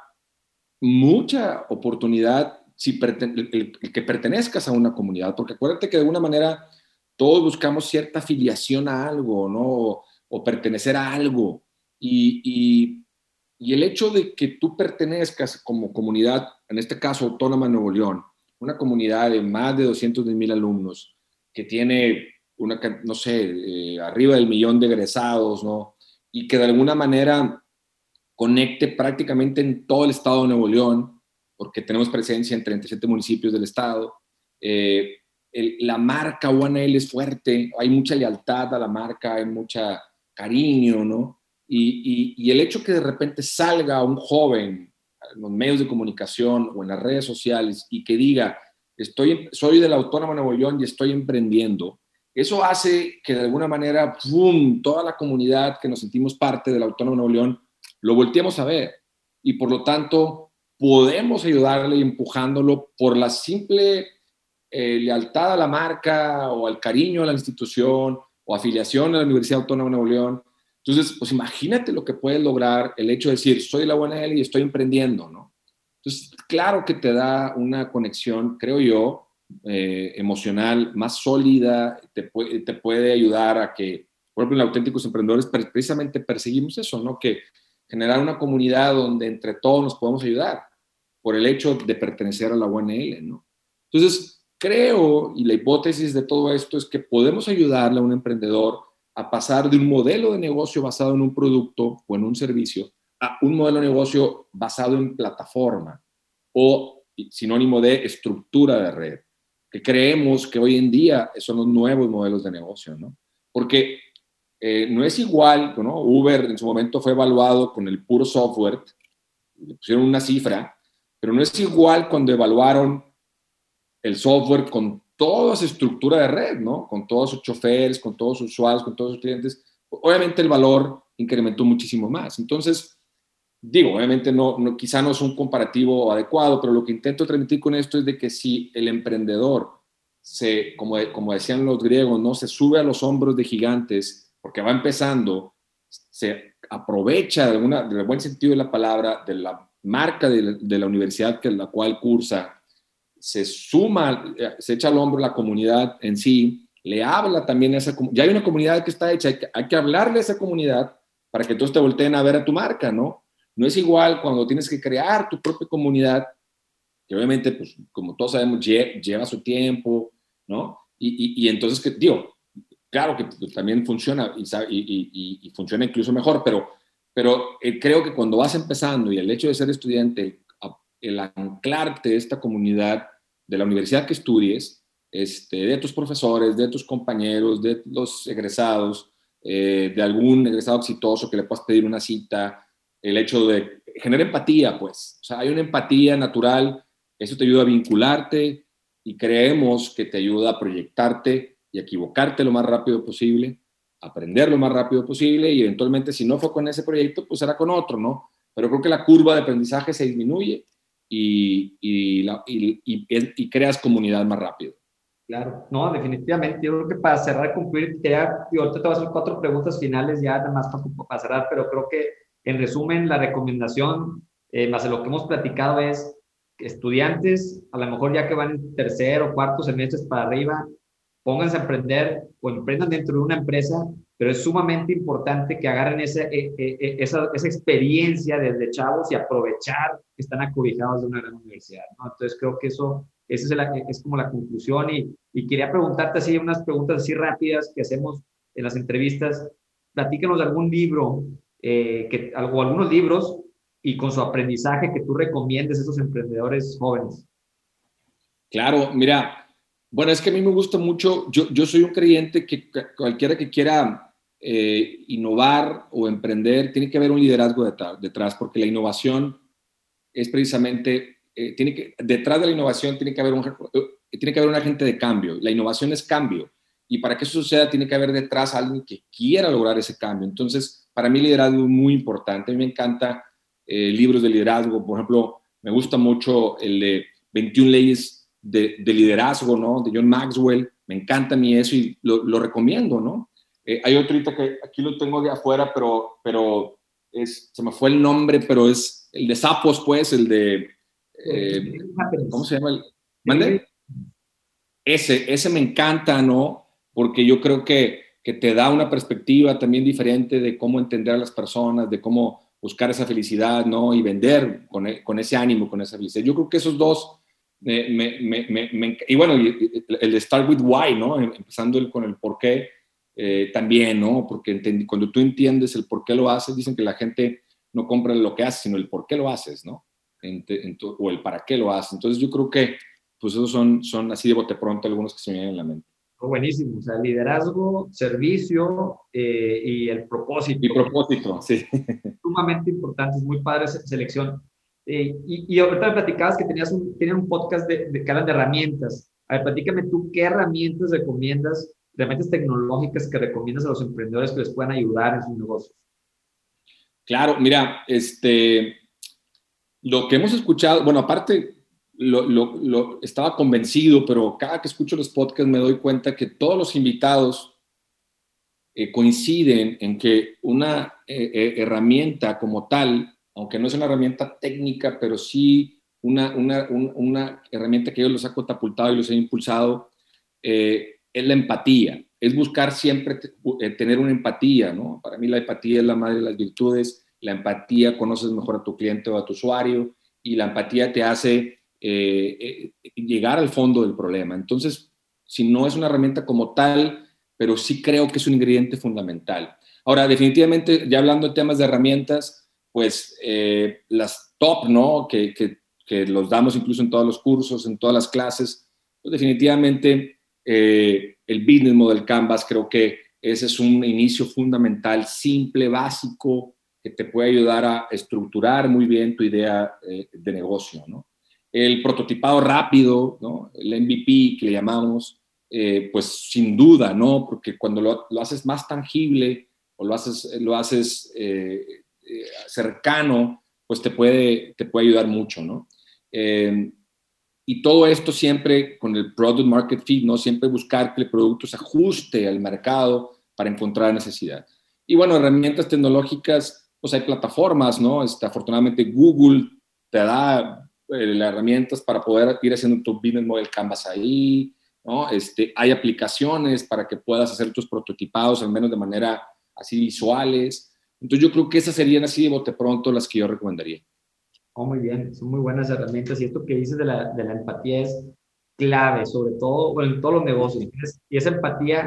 mucha oportunidad si el, el, el que pertenezcas a una comunidad. Porque acuérdate que de alguna manera todos buscamos cierta afiliación a algo, ¿no? O, o pertenecer a algo. Y... y Y el hecho de que tú pertenezcas como comunidad, en este caso Autónoma de Nuevo León, una comunidad de más de doscientos mil alumnos, que tiene una, no sé, eh, arriba del millón de egresados, ¿no? Y que de alguna manera conecte prácticamente en todo el estado de Nuevo León, porque tenemos presencia en treinta y siete municipios del estado. Eh, el, la marca One L es fuerte, hay mucha lealtad a la marca, hay mucha cariño, ¿no? Y, y, y el hecho que de repente salga un joven en los medios de comunicación o en las redes sociales y que diga, estoy, soy de la Autónoma de Nuevo León y estoy emprendiendo, eso hace que de alguna manera, ¡pum!, toda la comunidad que nos sentimos parte de la Autónoma de Nuevo León, lo volteemos a ver. Y por lo tanto, podemos ayudarle empujándolo por la simple eh, lealtad a la marca o al cariño a la institución o afiliación a la Universidad Autónoma de Nuevo León. Entonces, pues imagínate lo que puedes lograr el hecho de decir, soy de la U N L y estoy emprendiendo, ¿no? Entonces, claro que te da una conexión, creo yo, eh, emocional más sólida, te puede, te puede ayudar a que, por ejemplo, en Auténticos Emprendedores precisamente perseguimos eso, ¿no? Que generar una comunidad donde entre todos nos podemos ayudar por el hecho de pertenecer a la U N L, ¿no? Entonces, creo, y la hipótesis de todo esto es que podemos ayudarle a un emprendedor a pasar de un modelo de negocio basado en un producto o en un servicio a un modelo de negocio basado en plataforma o sinónimo de estructura de red, que creemos que hoy en día son los nuevos modelos de negocio, ¿no? Porque eh, no es igual, ¿no? Uber en su momento fue evaluado con el puro software, le pusieron una cifra, pero no es igual cuando evaluaron el software con toda esa estructura de red, ¿no? Con todos sus choferes, con todos sus usuarios, con todos sus clientes. Obviamente el valor incrementó muchísimo más. Entonces, digo, obviamente no, no, quizá no es un comparativo adecuado, pero lo que intento transmitir con esto es de que si el emprendedor se, como, como decían los griegos, ¿no? Se sube a los hombros de gigantes porque va empezando, se aprovecha de alguna, del buen sentido de la palabra, de la marca de la, de la universidad que la cual cursa, se suma, se echa al hombro la comunidad en sí, le habla también a esa comunidad. Ya hay una comunidad que está hecha, hay que, hay que hablarle a esa comunidad para que todos te volteen a ver a tu marca, ¿no? No es igual cuando tienes que crear tu propia comunidad, que obviamente, pues, como todos sabemos, lleva su tiempo, ¿no? Y, y, y entonces, que, digo, claro que pues, también funciona y, y, y, y funciona incluso mejor, pero pero eh, creo que cuando vas empezando y el hecho de ser estudiante, el anclarte a esta comunidad de la universidad que estudies, este, de tus profesores, de tus compañeros, de los egresados, eh, de algún egresado exitoso que le puedas pedir una cita, el hecho de generar empatía, pues, o sea, hay una empatía natural, eso te ayuda a vincularte y creemos que te ayuda a proyectarte y a equivocarte lo más rápido posible, aprender lo más rápido posible y eventualmente si no fue con ese proyecto, pues será con otro, ¿no? Pero creo que la curva de aprendizaje se disminuye y, y, la, y, y, y creas comunidad más rápido. Claro, no, definitivamente. Yo creo que para cerrar, concluir, quería, y ahorita te voy a hacer cuatro preguntas finales ya, nada más para, para cerrar, pero creo que en resumen, la recomendación, eh, más de lo que hemos platicado, es que estudiantes, a lo mejor ya que van en tercer o cuarto semestres para arriba, pónganse a emprender o emprendan dentro de una empresa, pero es sumamente importante que agarren esa, eh, eh, esa, esa experiencia desde chavos y aprovechar que están acobijados de una gran universidad, ¿no? Entonces creo que eso, esa es, la, es como la conclusión y, y quería preguntarte así unas preguntas así rápidas que hacemos en las entrevistas. Platícanos de algún libro, eh, que, o algunos libros y con su aprendizaje que tú recomiendes a esos emprendedores jóvenes. Claro, mira, bueno, es que a mí me gusta mucho, yo, yo soy un creyente que cualquiera que quiera eh, innovar o emprender, tiene que haber un liderazgo detrás, detrás porque la innovación es precisamente, eh, tiene que, detrás de la innovación tiene que, haber un, eh, tiene que haber un agente de cambio. La innovación es cambio y para que eso suceda tiene que haber detrás alguien que quiera lograr ese cambio. Entonces, para mí el liderazgo es muy importante. A mí me encanta eh, libros de liderazgo, por ejemplo, me gusta mucho el de veintiuna leyes De, de liderazgo, ¿no? De John Maxwell, me encanta a mí eso y lo, lo recomiendo, ¿no? Eh, hay otro ahorita que aquí lo tengo de afuera, pero, pero es, se me fue el nombre, pero es el de sapos, pues, el de, eh, ¿cómo se llama? El, ¿mande? Ese, ese me encanta, ¿no? Porque yo creo que, que te da una perspectiva también diferente de cómo entender a las personas, de cómo buscar esa felicidad, ¿no? Y vender con, con ese ánimo, con esa felicidad. Yo creo que esos dos Me, me, me, me, y bueno, el de Start with Why, ¿no? Empezando el, con el por qué eh, también, ¿no? Porque entendí, cuando tú entiendes el por qué lo haces, dicen que la gente no compra lo que haces, sino el por qué lo haces, ¿no? En, en tu, o el para qué lo haces. Entonces yo creo que pues esos son, son así de bote pronto algunos que se me vienen en la mente. Buenísimo, o sea, liderazgo, servicio eh, y el propósito. Y propósito, sí. Sumamente importante, es muy padre esa selección. Eh, y, y ahorita me platicabas que tenías un, tenían un podcast de, de que hablan de herramientas. A ver, platícame tú, ¿qué herramientas recomiendas, herramientas tecnológicas que recomiendas a los emprendedores que les puedan ayudar en sus negocios? Claro, mira, este, lo que hemos escuchado, bueno, aparte, lo, lo, lo, estaba convencido, pero cada que escucho los podcasts me doy cuenta que todos los invitados eh, coinciden en que una eh, eh, herramienta como tal, aunque no es una herramienta técnica, pero sí una, una, una, una herramienta que yo los ha catapultado y los ha impulsado, eh, es la empatía. Es buscar siempre eh, tener una empatía, ¿no? Para mí la empatía es la madre de las virtudes. La empatía, conoces mejor a tu cliente o a tu usuario y la empatía te hace eh, eh, llegar al fondo del problema. Entonces, si no es una herramienta como tal, pero sí creo que es un ingrediente fundamental. Ahora, definitivamente, ya hablando de temas de herramientas, pues eh, las top, ¿no? Que, que, que los damos incluso en todos los cursos, en todas las clases, pues definitivamente eh, el Business Model Canvas, creo que ese es un inicio fundamental, simple, básico, que te puede ayudar a estructurar muy bien tu idea eh, de negocio, ¿no? El prototipado rápido, ¿no? El M V P que le llamamos, eh, pues sin duda, ¿no? Porque cuando lo, lo haces más tangible o lo haces, lo haces eh, eh, cercano, pues te puede, te puede ayudar mucho, ¿no? Eh, y todo esto siempre con el Product Market Fit, ¿no? Siempre buscar que el producto se ajuste al mercado para encontrar necesidad. Y bueno, herramientas tecnológicas, pues hay plataformas, ¿no? Este, afortunadamente Google te da eh, las herramientas para poder ir haciendo tu Business Model Canvas ahí, ¿no? Este, hay aplicaciones para que puedas hacer tus prototipados, al menos de manera así visuales. Entonces yo creo que esas serían así de bote pronto las que yo recomendaría. Oh, muy bien, son muy buenas herramientas y esto que dices de la, de la empatía es clave, sobre todo bueno, en todos los negocios. Y esa empatía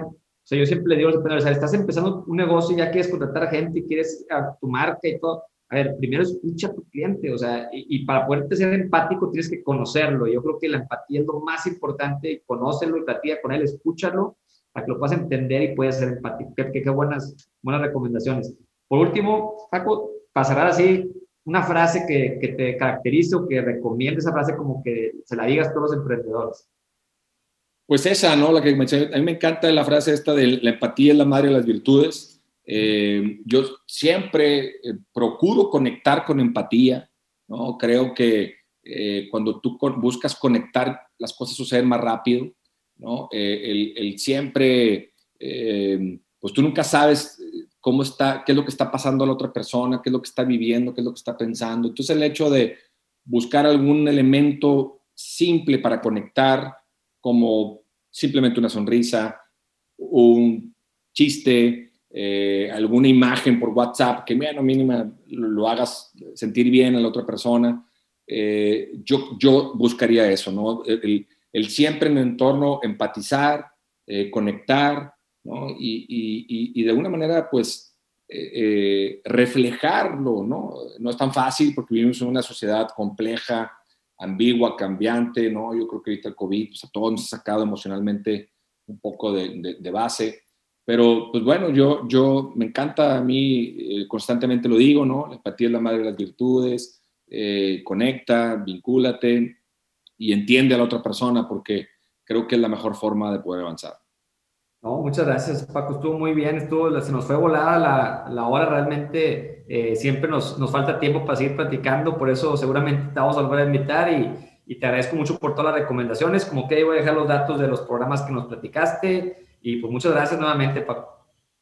O sea, yo siempre le digo a los emprendedores, estás empezando un negocio y ya quieres contratar gente y quieres a tu marca y todo. A ver, primero escucha a tu cliente, o sea, y, y para poderte ser empático tienes que conocerlo. Yo creo que la empatía es lo más importante, conócelo y platica con él, escúchalo, para que lo puedas entender y puedas ser empático. Qué, qué, qué buenas, buenas recomendaciones. Por último, Paco, pasará así una frase que, que te caracterice o que recomiende esa frase como que se la digas a todos los emprendedores. Pues esa, ¿no? La que mencioné, a mí me encanta la frase esta de la empatía es la madre de las virtudes. Eh, yo siempre eh, procuro conectar con empatía, ¿no? Creo que eh, cuando tú con, buscas conectar, las cosas suceden más rápido, ¿no? Eh, el, el siempre, eh, pues tú nunca sabes cómo está, qué es lo que está pasando a la otra persona, qué es lo que está viviendo, qué es lo que está pensando. Entonces el hecho de buscar algún elemento simple para conectar, como simplemente una sonrisa, un chiste, eh, alguna imagen por WhatsApp que, bueno, mínima lo, lo hagas sentir bien a la otra persona. Eh, yo, yo buscaría eso, ¿no? El, el siempre en el entorno empatizar, eh, conectar, ¿no? Y, y, y de alguna manera, pues, eh, eh, reflejarlo, ¿no? No es tan fácil porque vivimos en una sociedad compleja, ambigua, cambiante, ¿no? Yo creo que ahorita el COVID pues, a todos nos ha sacado emocionalmente un poco de, de, de base, pero pues bueno, yo, yo me encanta a mí, eh, constantemente lo digo, ¿no? La empatía es la madre de las virtudes, eh, conecta, vincúlate y entiende a la otra persona porque creo que es la mejor forma de poder avanzar. No, muchas gracias, Paco. Estuvo muy bien, estuvo, se nos fue volada la, la hora realmente. Eh, siempre nos, nos falta tiempo para seguir platicando, por eso seguramente te vamos a volver a invitar y, y te agradezco mucho por todas las recomendaciones. Como que voy a dejar los datos de los programas que nos platicaste y pues muchas gracias nuevamente, Paco.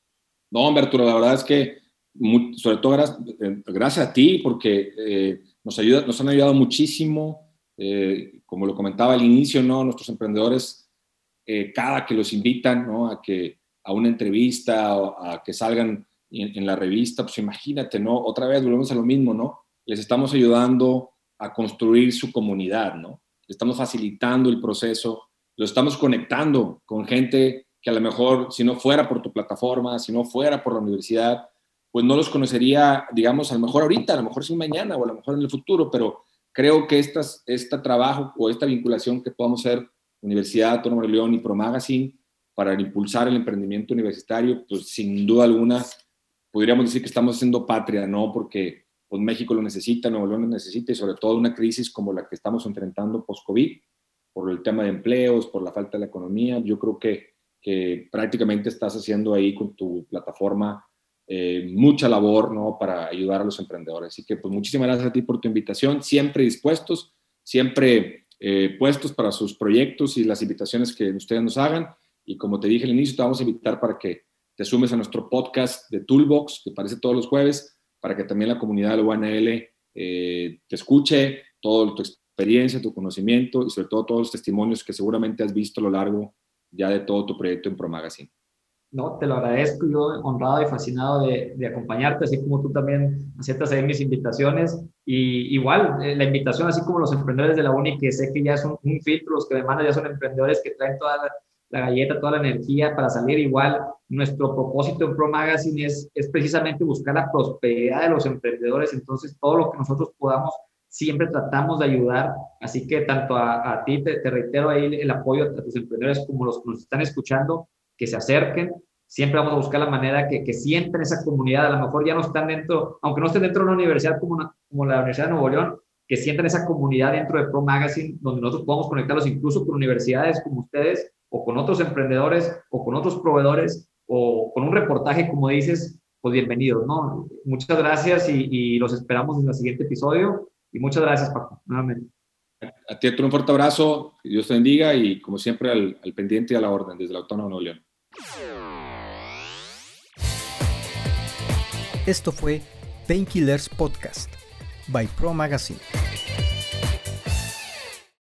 No, hombre, Arturo, la verdad es que muy, sobre todo gracias, eh, gracias a ti porque eh, nos, ayuda, nos han ayudado muchísimo. Eh, como lo comentaba al inicio, ¿no? Nuestros emprendedores, Eh, cada que los invitan, ¿no? a, que, a una entrevista o a que salgan en, en la revista, pues imagínate, ¿no? Otra vez volvemos a lo mismo, ¿no? Les estamos ayudando a construir su comunidad, ¿no? Les estamos facilitando el proceso, lo estamos conectando con gente que a lo mejor, si no fuera por tu plataforma, si no fuera por la universidad, pues no los conocería, digamos, a lo mejor ahorita, a lo mejor sí mañana o a lo mejor en el futuro, pero creo que estas, este trabajo o esta vinculación que podamos hacer Universidad Autónoma de León y ProMagazine para impulsar el emprendimiento universitario, pues sin duda alguna podríamos decir que estamos haciendo patria, ¿no? Porque pues, México lo necesita, Nuevo León lo necesita y sobre todo una crisis como la que estamos enfrentando post-COVID, por el tema de empleos, por la falta de la economía. Yo creo que, que prácticamente estás haciendo ahí con tu plataforma eh, mucha labor, ¿no? Para ayudar a los emprendedores. Así que pues muchísimas gracias a ti por tu invitación, siempre dispuestos, siempre Eh, puestos para sus proyectos y las invitaciones que ustedes nos hagan. Y como te dije al inicio, te vamos a invitar para que te sumes a nuestro podcast de Toolbox, que aparece todos los jueves, para que también la comunidad de la U A N L eh, te escuche toda tu experiencia, tu conocimiento y sobre todo todos los testimonios que seguramente has visto a lo largo ya de todo tu proyecto en ProMagazine. No, te lo agradezco, yo honrado y fascinado de, de acompañarte, así como tú también aceptas ahí mis invitaciones. Y igual, eh, la invitación, así como los emprendedores de la Uni, que sé que ya son un filtro, los que me mandan ya son emprendedores que traen toda la, la galleta, toda la energía para salir. Igual, nuestro propósito en Pro Magazine es, es precisamente buscar la prosperidad de los emprendedores. Entonces, todo lo que nosotros podamos, siempre tratamos de ayudar. Así que tanto a, a ti, te, te reitero ahí el apoyo a tus emprendedores como los que nos están escuchando, que se acerquen. Siempre vamos a buscar la manera que, que sienten esa comunidad. A lo mejor ya no están dentro, aunque no estén dentro de una universidad como, una, como la Universidad de Nuevo León, que sientan esa comunidad dentro de Pro Magazine, donde nosotros podamos conectarlos incluso con universidades como ustedes, o con otros emprendedores, o con otros proveedores, o con un reportaje, como dices, pues bienvenidos, ¿no? Muchas gracias y, y los esperamos en el siguiente episodio. Y muchas gracias, Paco, nuevamente. A ti, un fuerte abrazo, que Dios te bendiga y como siempre al, al pendiente y a la orden desde la Autónoma de Nuevo León. Esto fue Painkillers Podcast by Pro Magazine.